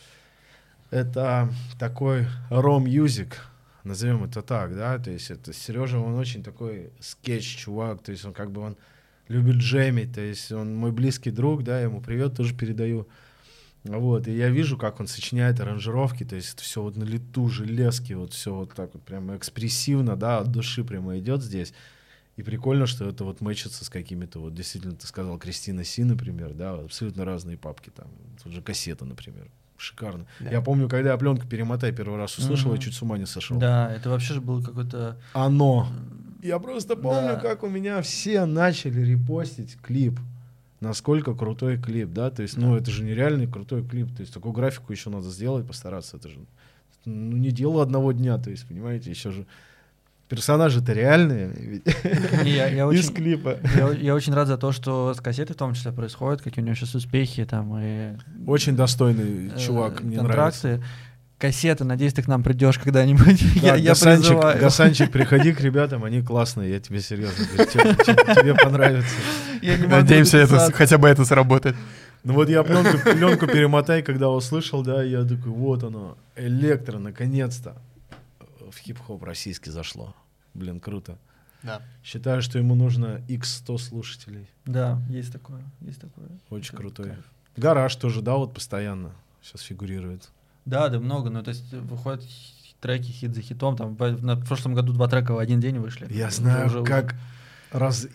это такой ром-мьюзик, назовем это так, да, то есть это Сережа, он очень такой скетч-чувак, то есть он как бы, он любит джемить, то есть он мой близкий друг, да, я ему привет тоже передаю, вот, и я вижу, как он сочиняет аранжировки, то есть это все вот на лету, железки, вот все вот так вот прямо экспрессивно, да, от души прямо идет здесь, и прикольно, что это вот мэчится с какими-то, вот действительно, ты сказал, Кристина Си, например, да, абсолютно разные папки, там, тут же кассета, например. Шикарно. Да. Я помню, когда я пленку «Перемотай» первый раз услышал, mm-hmm. я чуть с ума не сошел. Да, это вообще же было какое-то... Оно. Я просто помню, да. как у меня все начали репостить клип. Насколько крутой клип, да? То есть, да. ну, это же нереальный крутой клип. То есть, такую графику еще надо сделать, постараться. Это же ну, не дело одного дня. То есть, понимаете, еще же... Персонажи-то реальные, я, я из очень, клипа. Я, я очень рад за то, что с кассетой в том числе происходит, какие у него сейчас успехи там и... Очень достойный э, чувак, мне контракты. нравится. Кассеты, надеюсь, ты к нам придешь когда-нибудь. Да, я, Гасанчик, я призываю. Гасанчик, приходи к ребятам, они классные, я тебе серьезно говорю, тебе, тебе понравится. Надеемся, это, хотя бы это сработает. Ну вот я пленку, пленку «Перемотай», когда услышал, да, я такой, вот оно, электро, наконец-то. В хип-хоп российский зашло. Блин, круто. Да. Считаю, что ему нужно икс сто слушателей. Да, есть такое, есть такое. Очень Это крутой. кайф. Гараж тоже, да, вот постоянно сейчас фигурирует. Да, да, много. Ну, то есть выходят треки хит за хитом. Там в, на, в прошлом году два трека в один день вышли. Я знаю, уже, как уже... раз...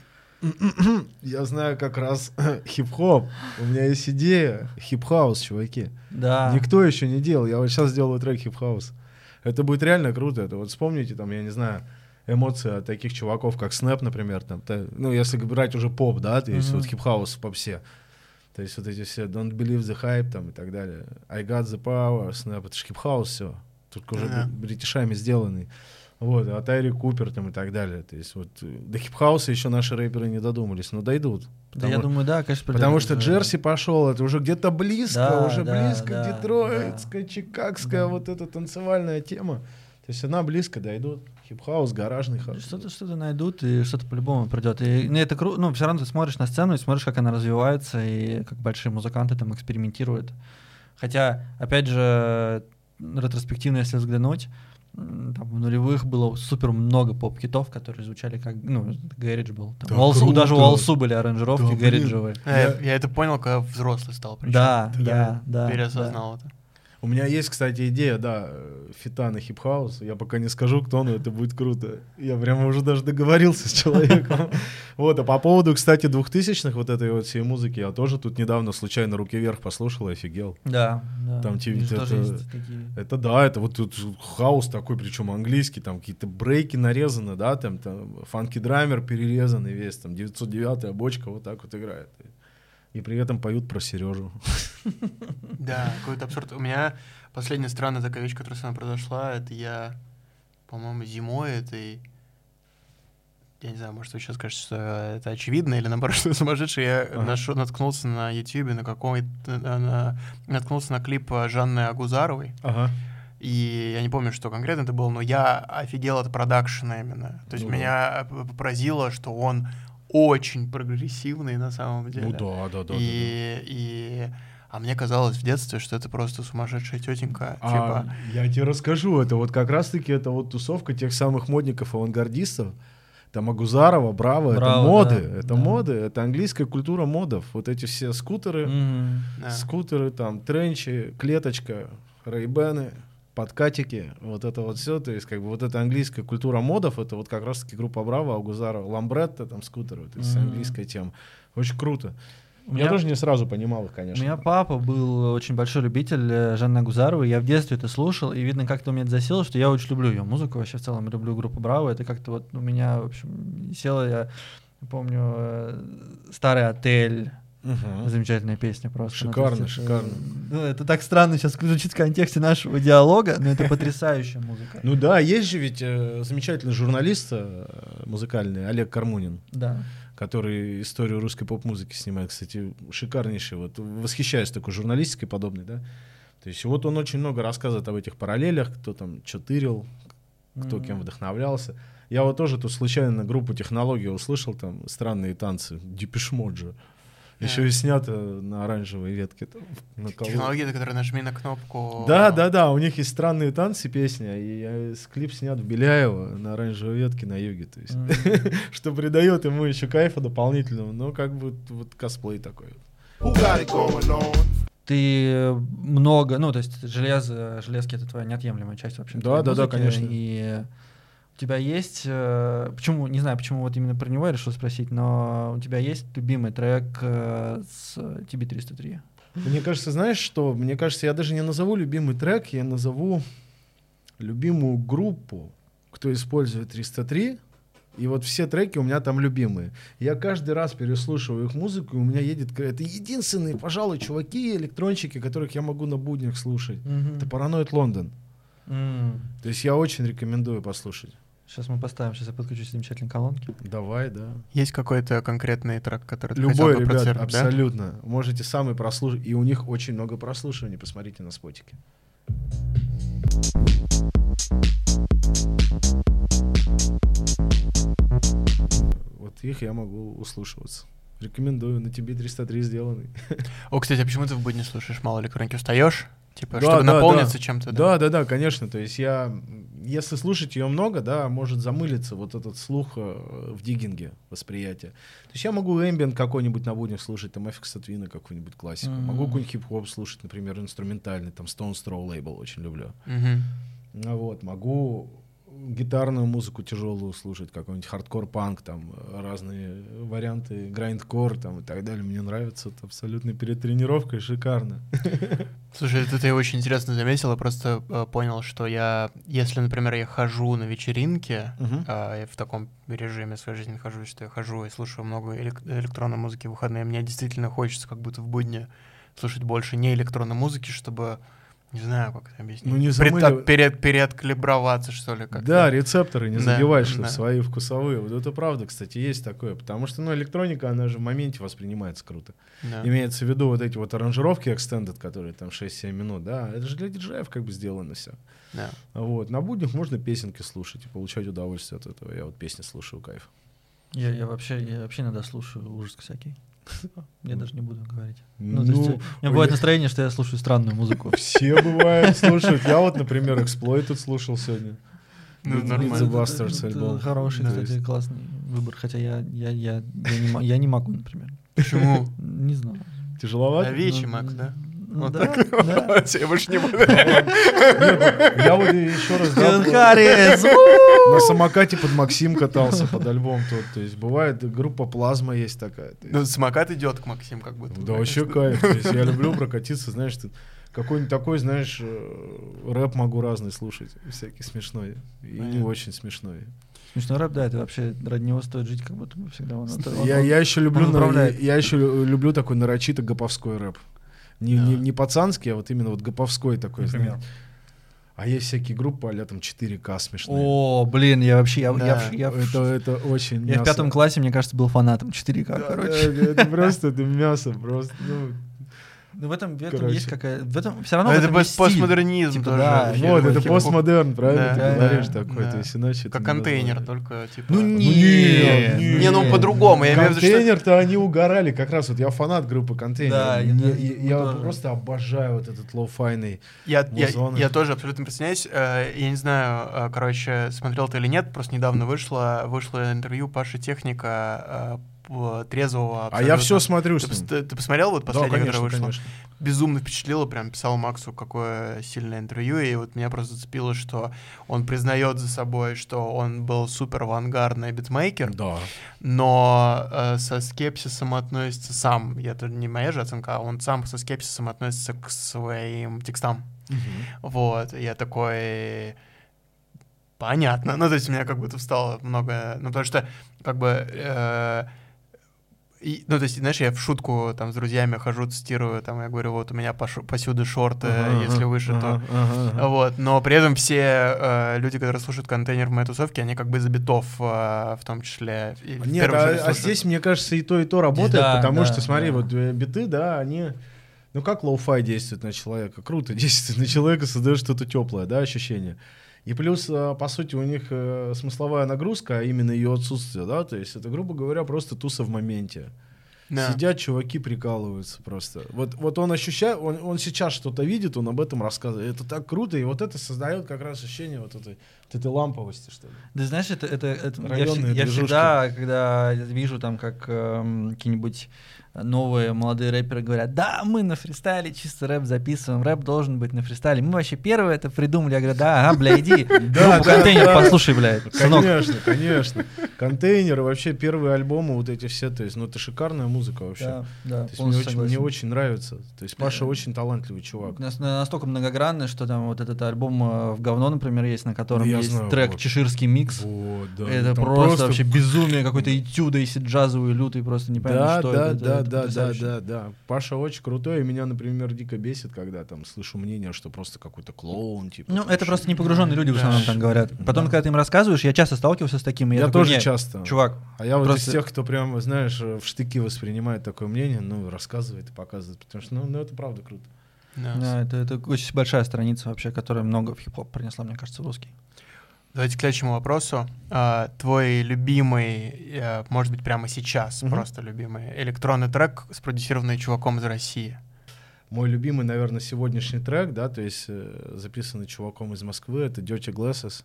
Я знаю, как раз хип-хоп. У меня есть идея. Хип-хаус, чуваки. Да. Никто еще не делал. Я вот сейчас сделаю трек хип-хаус. Это будет реально круто. Это вот вспомните, там, я не знаю, эмоции от таких чуваков, как Снэп, например. Там, та, ну, если брать уже поп, да, то есть mm-hmm. вот хип-хаус в попсе. То есть вот эти все Don't Believe the Hype там и так далее. I Got the Power, Снэп, это же хип-хаус все. Только уже yeah. бритишами сделанный. Вот, а Тайри Купер там и так далее. То есть вот до хип-хауса еще наши рэперы не додумались, но дойдут. Да, я думаю, да, конечно. Потому что Джерси пошел, это уже где-то близко, да, уже да, близко, да, детройтская, да. чикагская, да. вот эта танцевальная тема. То есть она близко дойдут. Хип-хаус, гаражный хаус. Что-то, что-то найдут, и что-то по-любому придет. И ну, это круто. Ну, все равно ты смотришь на сцену и смотришь, как она развивается, и как большие музыканты там экспериментируют. Хотя, опять же, ретроспективно, если взглянуть, там в нулевых было супер много поп-хитов, которые звучали как, ну, Гэридж был. Там, да, Алсу, даже у Алсу были аранжировки да, гэриджевые. Я, я это понял, когда взрослый стал. Причем. Да, да, да. Переосознал да. это. У меня есть, кстати, идея, да, фита на хип-хаус. Я пока не скажу, кто, но это будет круто. Я прямо уже даже договорился с человеком. Вот, а по поводу, кстати, двухтысячных вот этой вот всей музыки, я тоже тут недавно случайно «Руки вверх» послушал и офигел. Да, да. Там это да, это вот тут хаус такой, причем английский, там какие-то брейки нарезаны, да, там фанки-драмер перерезанный весь, там девятьсот девятая бочка вот так вот играет. И при этом поют про Сережу. Да, какой-то абсурд. У меня последняя странная такая вещь, которая со мной произошла, это я, по-моему, зимой этой... Я не знаю, может, вы сейчас скажете, что это очевидно, или наоборот, что сумасшедший. Я ага. нашел, наткнулся на Ютьюбе на какой-то... На, наткнулся на клип Жанны Агузаровой. Ага. И я не помню, что конкретно это было, но я офигел от продакшена именно. То есть ну, меня да. поразило, что он... очень прогрессивный на самом деле. Ну да, да, да. И, да, да. и А мне казалось в детстве, что это просто сумасшедшая тетенька. А, типа... Я тебе расскажу, это вот как раз-таки это вот тусовка тех самых модников-авангардистов. Там Агузарова, Браво, это моды, да, это да. моды, это английская культура модов. Вот эти все скутеры, mm-hmm. да. скутеры, там, тренчи, клеточка, рейбены, подкатики, вот это вот все, то есть как бы вот эта английская культура модов, это вот как раз-таки группа Браво, Агузарова, Ламбретта, там, скутеры, то есть mm-hmm. английская тема. Очень круто. Я меня, тоже не сразу понимал их, конечно. У меня папа был очень большой любитель Жанны Агузаровой. Я в детстве это слушал, и видно, как-то у меня это засело, что я очень люблю ее музыку. Вообще в целом люблю группу Браво. Это как-то вот у меня, в общем, село, я помню, «Старый отель». Угу. Замечательная песня просто. Шикарно, ну, шикарно. Ну, это так странно сейчас звучит в контексте нашего диалога, но это потрясающая музыка. Ну да, есть же ведь э, замечательный журналист э, музыкальный Олег Кармунин. Да. Который историю русской поп-музыки снимает, кстати, шикарнейший. Вот восхищаюсь такой журналистикой подобной, да. То есть вот он очень много рассказывает об этих параллелях, кто там что тырил, кто mm-hmm. кем вдохновлялся. Я вот тоже тут случайно группу «Технология» услышал, там «Странные танцы», Депеш Мод же. Еще и снято на оранжевой ветке. Там, на Технология, это которая нажми на кнопку. Да, да, да, у них есть «Странные танцы» песня, и клип снят в Беляево на оранжевой ветке на юге. То есть, mm-hmm. что придает ему еще кайфа дополнительного, но как бы вот косплей такой. Ты много, ну, то есть железо, железки — это твоя неотъемлемая часть вообще. Да, да, музыки, да, конечно. И у тебя есть, э, почему, не знаю, почему вот именно про него я решил спросить, но у тебя есть любимый трек э, с ти би триста три? Мне кажется, знаешь что, мне кажется, я даже не назову любимый трек, я назову любимую группу, кто использует триста три, и вот все треки у меня там любимые. Я каждый раз переслушиваю их музыку, и у меня едет... Это единственные, пожалуй, чуваки, электронщики, которых я могу на буднях слушать. Mm-hmm. Это Paranoid London. Mm. То есть я очень рекомендую послушать. Сейчас мы поставим, сейчас я подключу замечательные колонки. Давай, да. Есть какой-то конкретный трек, который ты Любой, хотел бы ребят, процернуть, абсолютно. Да? Можете самый прослушать. И у них очень много прослушиваний. Посмотрите на спотике. Вот их я могу услушиваться. Рекомендую. На ти би триста три сделанный. О, кстати, а почему ты в будни слушаешь мало электроники? Устаешь? Типа, да, чтобы да, наполниться да. чем-то, да? Да, да, да, конечно. То есть я, если слушать ее много, да, может замылиться вот этот слух э, в диггинге, восприятие. То есть я могу эмбиент какой-нибудь на буднях слушать, там эф икс Twin, какую-нибудь классику. Mm-hmm. Могу какой-нибудь хип-хоп слушать, например, инструментальный, там Stones Throw Label очень люблю. Mm-hmm. Вот, могу гитарную музыку тяжелую слушать, какой-нибудь хардкор-панк, там разные варианты, грайндкор там и так далее. Мне нравится, это абсолютно перед тренировкой шикарно. Слушай, это ты очень интересно заметил, я просто э, понял, что я, если, например, я хожу на вечеринке, uh-huh. э, я в таком режиме своей жизни нахожусь, что я хожу и слушаю много элек- электронной музыки в выходные, мне действительно хочется как будто в будни слушать больше не электронной музыки, чтобы... Не знаю, как это объяснить. Ну, не замыли... Пред, перед, переоткалиброваться, что ли, как-то. Да, рецепторы не да, забивать, чтобы да. свои вкусовые. Вот это правда, кстати, есть такое. Потому что, ну, электроника, она же в моменте воспринимается круто. Да. Имеется в виду вот эти вот аранжировки extended, которые там шесть-семь минут, да, это же для диджеев как бы сделано все. Да. Вот. На буднях можно песенки слушать и получать удовольствие от этого. Я вот песни слушаю, кайф. Я, я, вообще, я вообще иногда слушаю ужас всякий. Я даже не буду говорить. Ну, ну, то есть, у меня бывает настроение, что я слушаю странную музыку. Все бывают слушают. Я вот, например, Exploited слушал сегодня. Ну, нормально. The Bastards альбом. Хороший, кстати, классный выбор. Хотя я, я, я, я, не, я не могу, например. Почему? Не знаю. Тяжеловато? Овечий маг, да? Ну, вот да, так. Да. Я больше не буду. Я вот еще раз... На самокате под Максим катался, под альбом тот. То есть бывает, группа «Плазма» есть такая. Ну, самокат идет к Максим как будто. Да, вообще кайф. То есть я люблю прокатиться, знаешь, какой-нибудь такой, знаешь, рэп могу разный слушать, всякий смешной и не очень смешной. Смешной рэп, да, это вообще ради него стоит жить, как будто бы всегда. Он, он, я, он, я еще люблю, на, я еще люблю такой нарочито гоповской рэп. Не, да. не, не пацанский, а вот именно вот гоповской такой. Например? А есть всякие группы а-ля там четыре ка смешные. О, блин, я вообще... Я, да. я, я, это, это очень Я мясо. В пятом классе, мне кажется, был фанатом четыре ка, да, короче. Да, это просто это мясо, просто, ну... Ну, в этом, в этом есть какая-то... В этом все равно... Это постмодернизм типа, тоже. Да, вот, это постмодерн, правильно? Да, ты да, говоришь да, такой, да. то есть иначе... Как контейнер, только типа... Ну, нет, нет, нет. Не, ну по-другому. Я имею в виду, что... Контейнер-то они угорали, как раз вот я фанат группы Контейнер. Да, я, я- я- я тоже. просто обожаю вот этот лоу-файный. Я, я, Музон. я тоже абсолютно присоединяюсь. Э, Я не знаю, э, короче, смотрел ты или нет, просто недавно вышло, вышло интервью Паши Техника, э, п- трезвого А абсолютно. я все смотрю Ты, с пос- ним. ты- ты посмотрел вот Да, последнее, конечно, которое вышло? конечно. Безумно впечатлило, прям писал Максу, какое сильное интервью, и вот меня просто зацепило, что он признает за собой, что он был супер авангардный битмейкер, Да. но э, со скепсисом относится сам, это не моя же оценка, а он сам со скепсисом относится к своим текстам. Вот, и я такой... Понятно. Ну, то есть у меня как будто встало много... Ну, потому что, как бы... э, и, ну, то есть, знаешь, я в шутку там с друзьями хожу, цитирую, там, я говорю, вот у меня пошу- посюда шорты, Ага, если ага, выше, то... ага, ага, ага. Вот, но при этом все э, люди, которые слушают контейнер в моей тусовке, они как бы за битов, э, в том числе. И в Нет, первую а, очередь а слушают. здесь, мне кажется, и то, и то работает, Да, потому да, что, смотри, да. вот э, биты, да, они... Ну, как лоу-фай действует на человека? Круто действует на человека, создает что-то теплое, да, ощущение. И плюс, э, по сути, у них э, смысловая нагрузка, а именно ее отсутствие, да, то есть это, грубо говоря, просто туса в моменте. Да. Сидят чуваки, прикалываются просто. Вот, вот он ощущает, он, он сейчас что-то видит, он об этом рассказывает. Это так круто, и вот это создает как раз ощущение вот этой, вот этой ламповости, что ли. Да знаешь, это, это, это я, Районные вс- я движушки. всегда, когда вижу там, как эм, какие-нибудь новые молодые рэперы говорят, да, мы на фристайле чисто рэп записываем, рэп должен быть на фристайле. Мы вообще первые это придумали. Я говорю, да, ага, бля, иди, Да, группу да, контейнер да. послушай, блядь, сынок. Конечно, конечно. Контейнеры, вообще первые альбомы, вот эти все, то есть, ну это шикарная музыка вообще. Да, да, То есть мне полностью очень, согласен. мне очень нравится. То есть Паша Да. очень талантливый чувак. Нас- Настолько многогранный, что там вот этот альбом э, в говно, например, есть, на котором Я есть знаю, трек вот. «Чеширский микс». Вот, да. Это там просто, вообще безумие, какой-то этюд, если джазовый, лютый, просто не понятно, Да, что да, это. да, это да, да, потрясающе. да, да. Паша очень крутой, и меня, например, дико бесит, когда там слышу мнение, что просто какой-то клоун, типа. Ну, там, это что- просто непогруженные люди в Да. основном так говорят. Потом, Да. когда ты им рассказываешь, я часто сталкивался с таким, и я, Я такой, тоже «Не, часто. чувак, А я вот просто- из тех, кто прям, знаешь, в штыки воспринимает такое мнение, ну, рассказывает и показывает, потому что, ну, ну это правда круто. Да. да, это, это очень большая страница вообще, которая много в хип-хоп принесла, мне кажется, в русский. Давайте к следующему вопросу. А, твой любимый, э, может быть, прямо сейчас Мгм. просто любимый электронный трек, спродюсированный чуваком из России? Мой любимый, наверное, сегодняшний трек, да, то есть э, записанный чуваком из Москвы, это Dirty Glasses.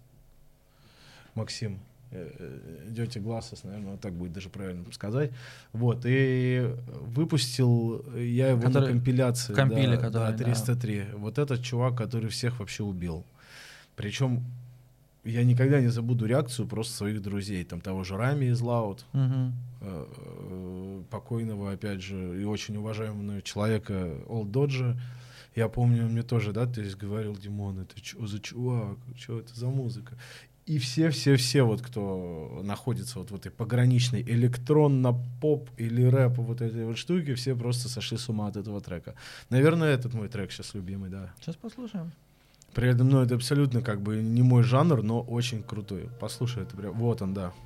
Максим. э, э, Dirty Glasses, наверное, вот так будет даже правильно сказать. Вот, и выпустил я его Который- на компиляции. в компиле, да, который, да, да. триста три. Вот этот чувак, который всех вообще убил. Причем я никогда не забуду реакцию просто своих друзей. Там того же Рами из Лаут, Мгм. э, э, покойного, опять же, и очень уважаемого человека Олд Доджа. Я помню, он мне тоже, да, то есть говорил: Димон, это что за чувак, что это за музыка? И все-все-все, вот кто находится вот в этой пограничной электронно-поп или рэп вот этой вот штуки, все просто сошли с ума от этого трека. Наверное, этот мой трек сейчас любимый, да. Сейчас послушаем. При этом, ну, это абсолютно как бы не мой жанр, но очень крутой. Послушай, это прям, вот он, да.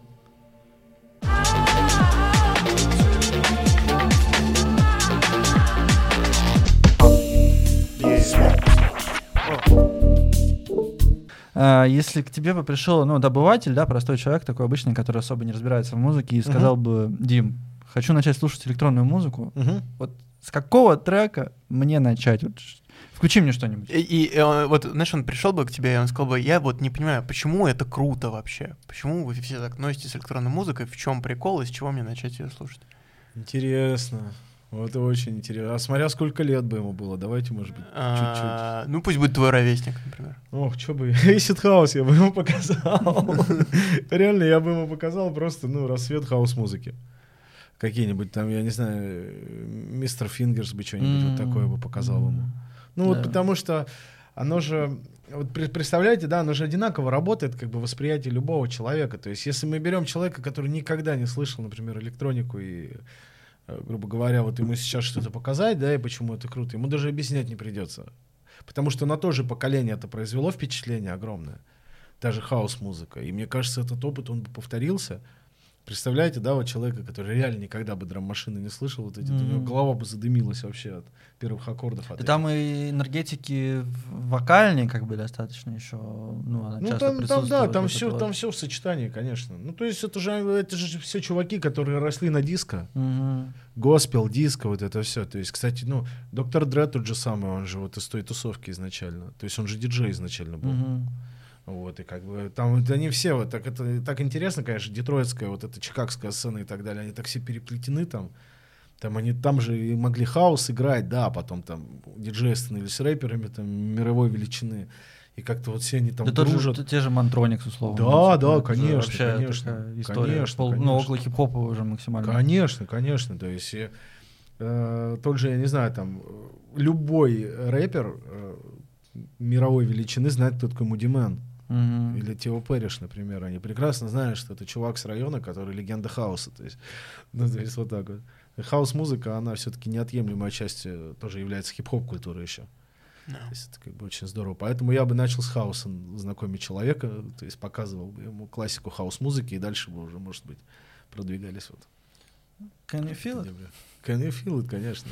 А, если к тебе бы пришел, ну, добыватель, да, простой человек, такой обычный, который особо не разбирается в музыке, и сказал бы: Дим, хочу начать слушать электронную музыку, Мгм. вот с какого трека мне начать? Вот, ш- включи мне что-нибудь. И, и, э, вот, знаешь, он пришел бы к тебе, и он сказал бы: я вот не понимаю, почему это круто вообще? Почему вы все так носитесь с электронной музыкой? В чем прикол, и с чего мне начать ее слушать? Интересно. Вот это очень интересно. А смотря сколько лет бы ему было, давайте, может быть, чуть-чуть. А, ну, пусть будет твой ровесник, например. Ох, что бы, Acid House я бы ему показал. Реально, я бы ему показал просто, ну, рассвет хаус-музыки. Какие-нибудь там, я не знаю, Мистер Фингерс бы что-нибудь вот такое бы показал ему. Ну, вот Да. потому что оно же, вот пре- представляете, да, оно же одинаково работает, как бы, восприятие любого человека. То есть, если мы берем человека, который никогда не слышал, например, электронику и, э, грубо говоря, вот ему сейчас что-то показать, да, и почему это круто, ему даже объяснять не придется. Потому что на то же поколение это произвело впечатление огромное. Даже хаос-музыка. И мне кажется, этот опыт, он бы повторился. Представляете, да, вот человека, который реально никогда бы драм-машины не слышал, вот эти, mm-hmm. у него голова бы задымилась вообще от первых аккордов. От да там и энергетики вокальные как бы достаточно еще, ну, она ну часто там, присутствует. Там, да, там все, вот. там все в сочетании, конечно. Ну, то есть это же, это же все чуваки, которые росли на диско. Mm-hmm. Госпел, диско, вот это все. То есть, кстати, ну, доктор Дре тот же самый, он же вот из той тусовки изначально. То есть он же диджей изначально был. Mm-hmm. Вот, и как бы там вот они все, вот так это так интересно, конечно, детройтская, вот эта чикагская сцена и так далее, они так все переплетены там. Там они там же и могли хаус играть, да, потом там диджеи становились рэперами там мировой величины. И как-то вот все они там да дружат. Же, те же Мантроникс, условно. Да, да, конечно, вообще конечно. История. Конечно, Пол, конечно. Ну, около хип-хопа уже максимально. Конечно, конечно. То есть и, э, тот же, я не знаю, там, любой рэпер э, мировой величины знает, кто такой Муди Мэн. Uh-huh. Или Тео Пэриш, например. Они прекрасно знают, что это чувак с района, который легенда хаоса. То есть, ну, то есть вот так вот. Хаус-музыка, она все-таки неотъемлемая часть тоже является хип-хоп-культурой еще. No. То есть это как бы очень здорово. Поэтому я бы начал с хаоса знакомить человека, то есть показывал бы ему классику хаус-музыки, и дальше бы уже, может быть, продвигались вот. Can you feel it? Can you feel it, конечно.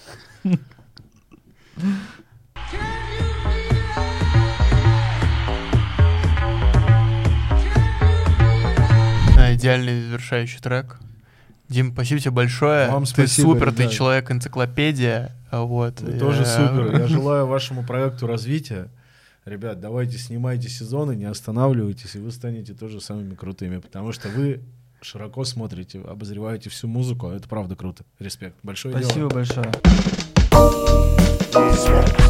Идеальный завершающий трек. Дим, спасибо тебе большое. Вам ты спасибо, супер, ребят. Ты человек-энциклопедия. Вот. Вы тоже супер. Я желаю вашему проекту развития. Ребят, давайте снимайте сезоны, не останавливайтесь, и вы станете тоже самыми крутыми, потому что вы широко смотрите, обозреваете всю музыку, а это правда круто. Респект. Большое спасибо дело. Спасибо большое.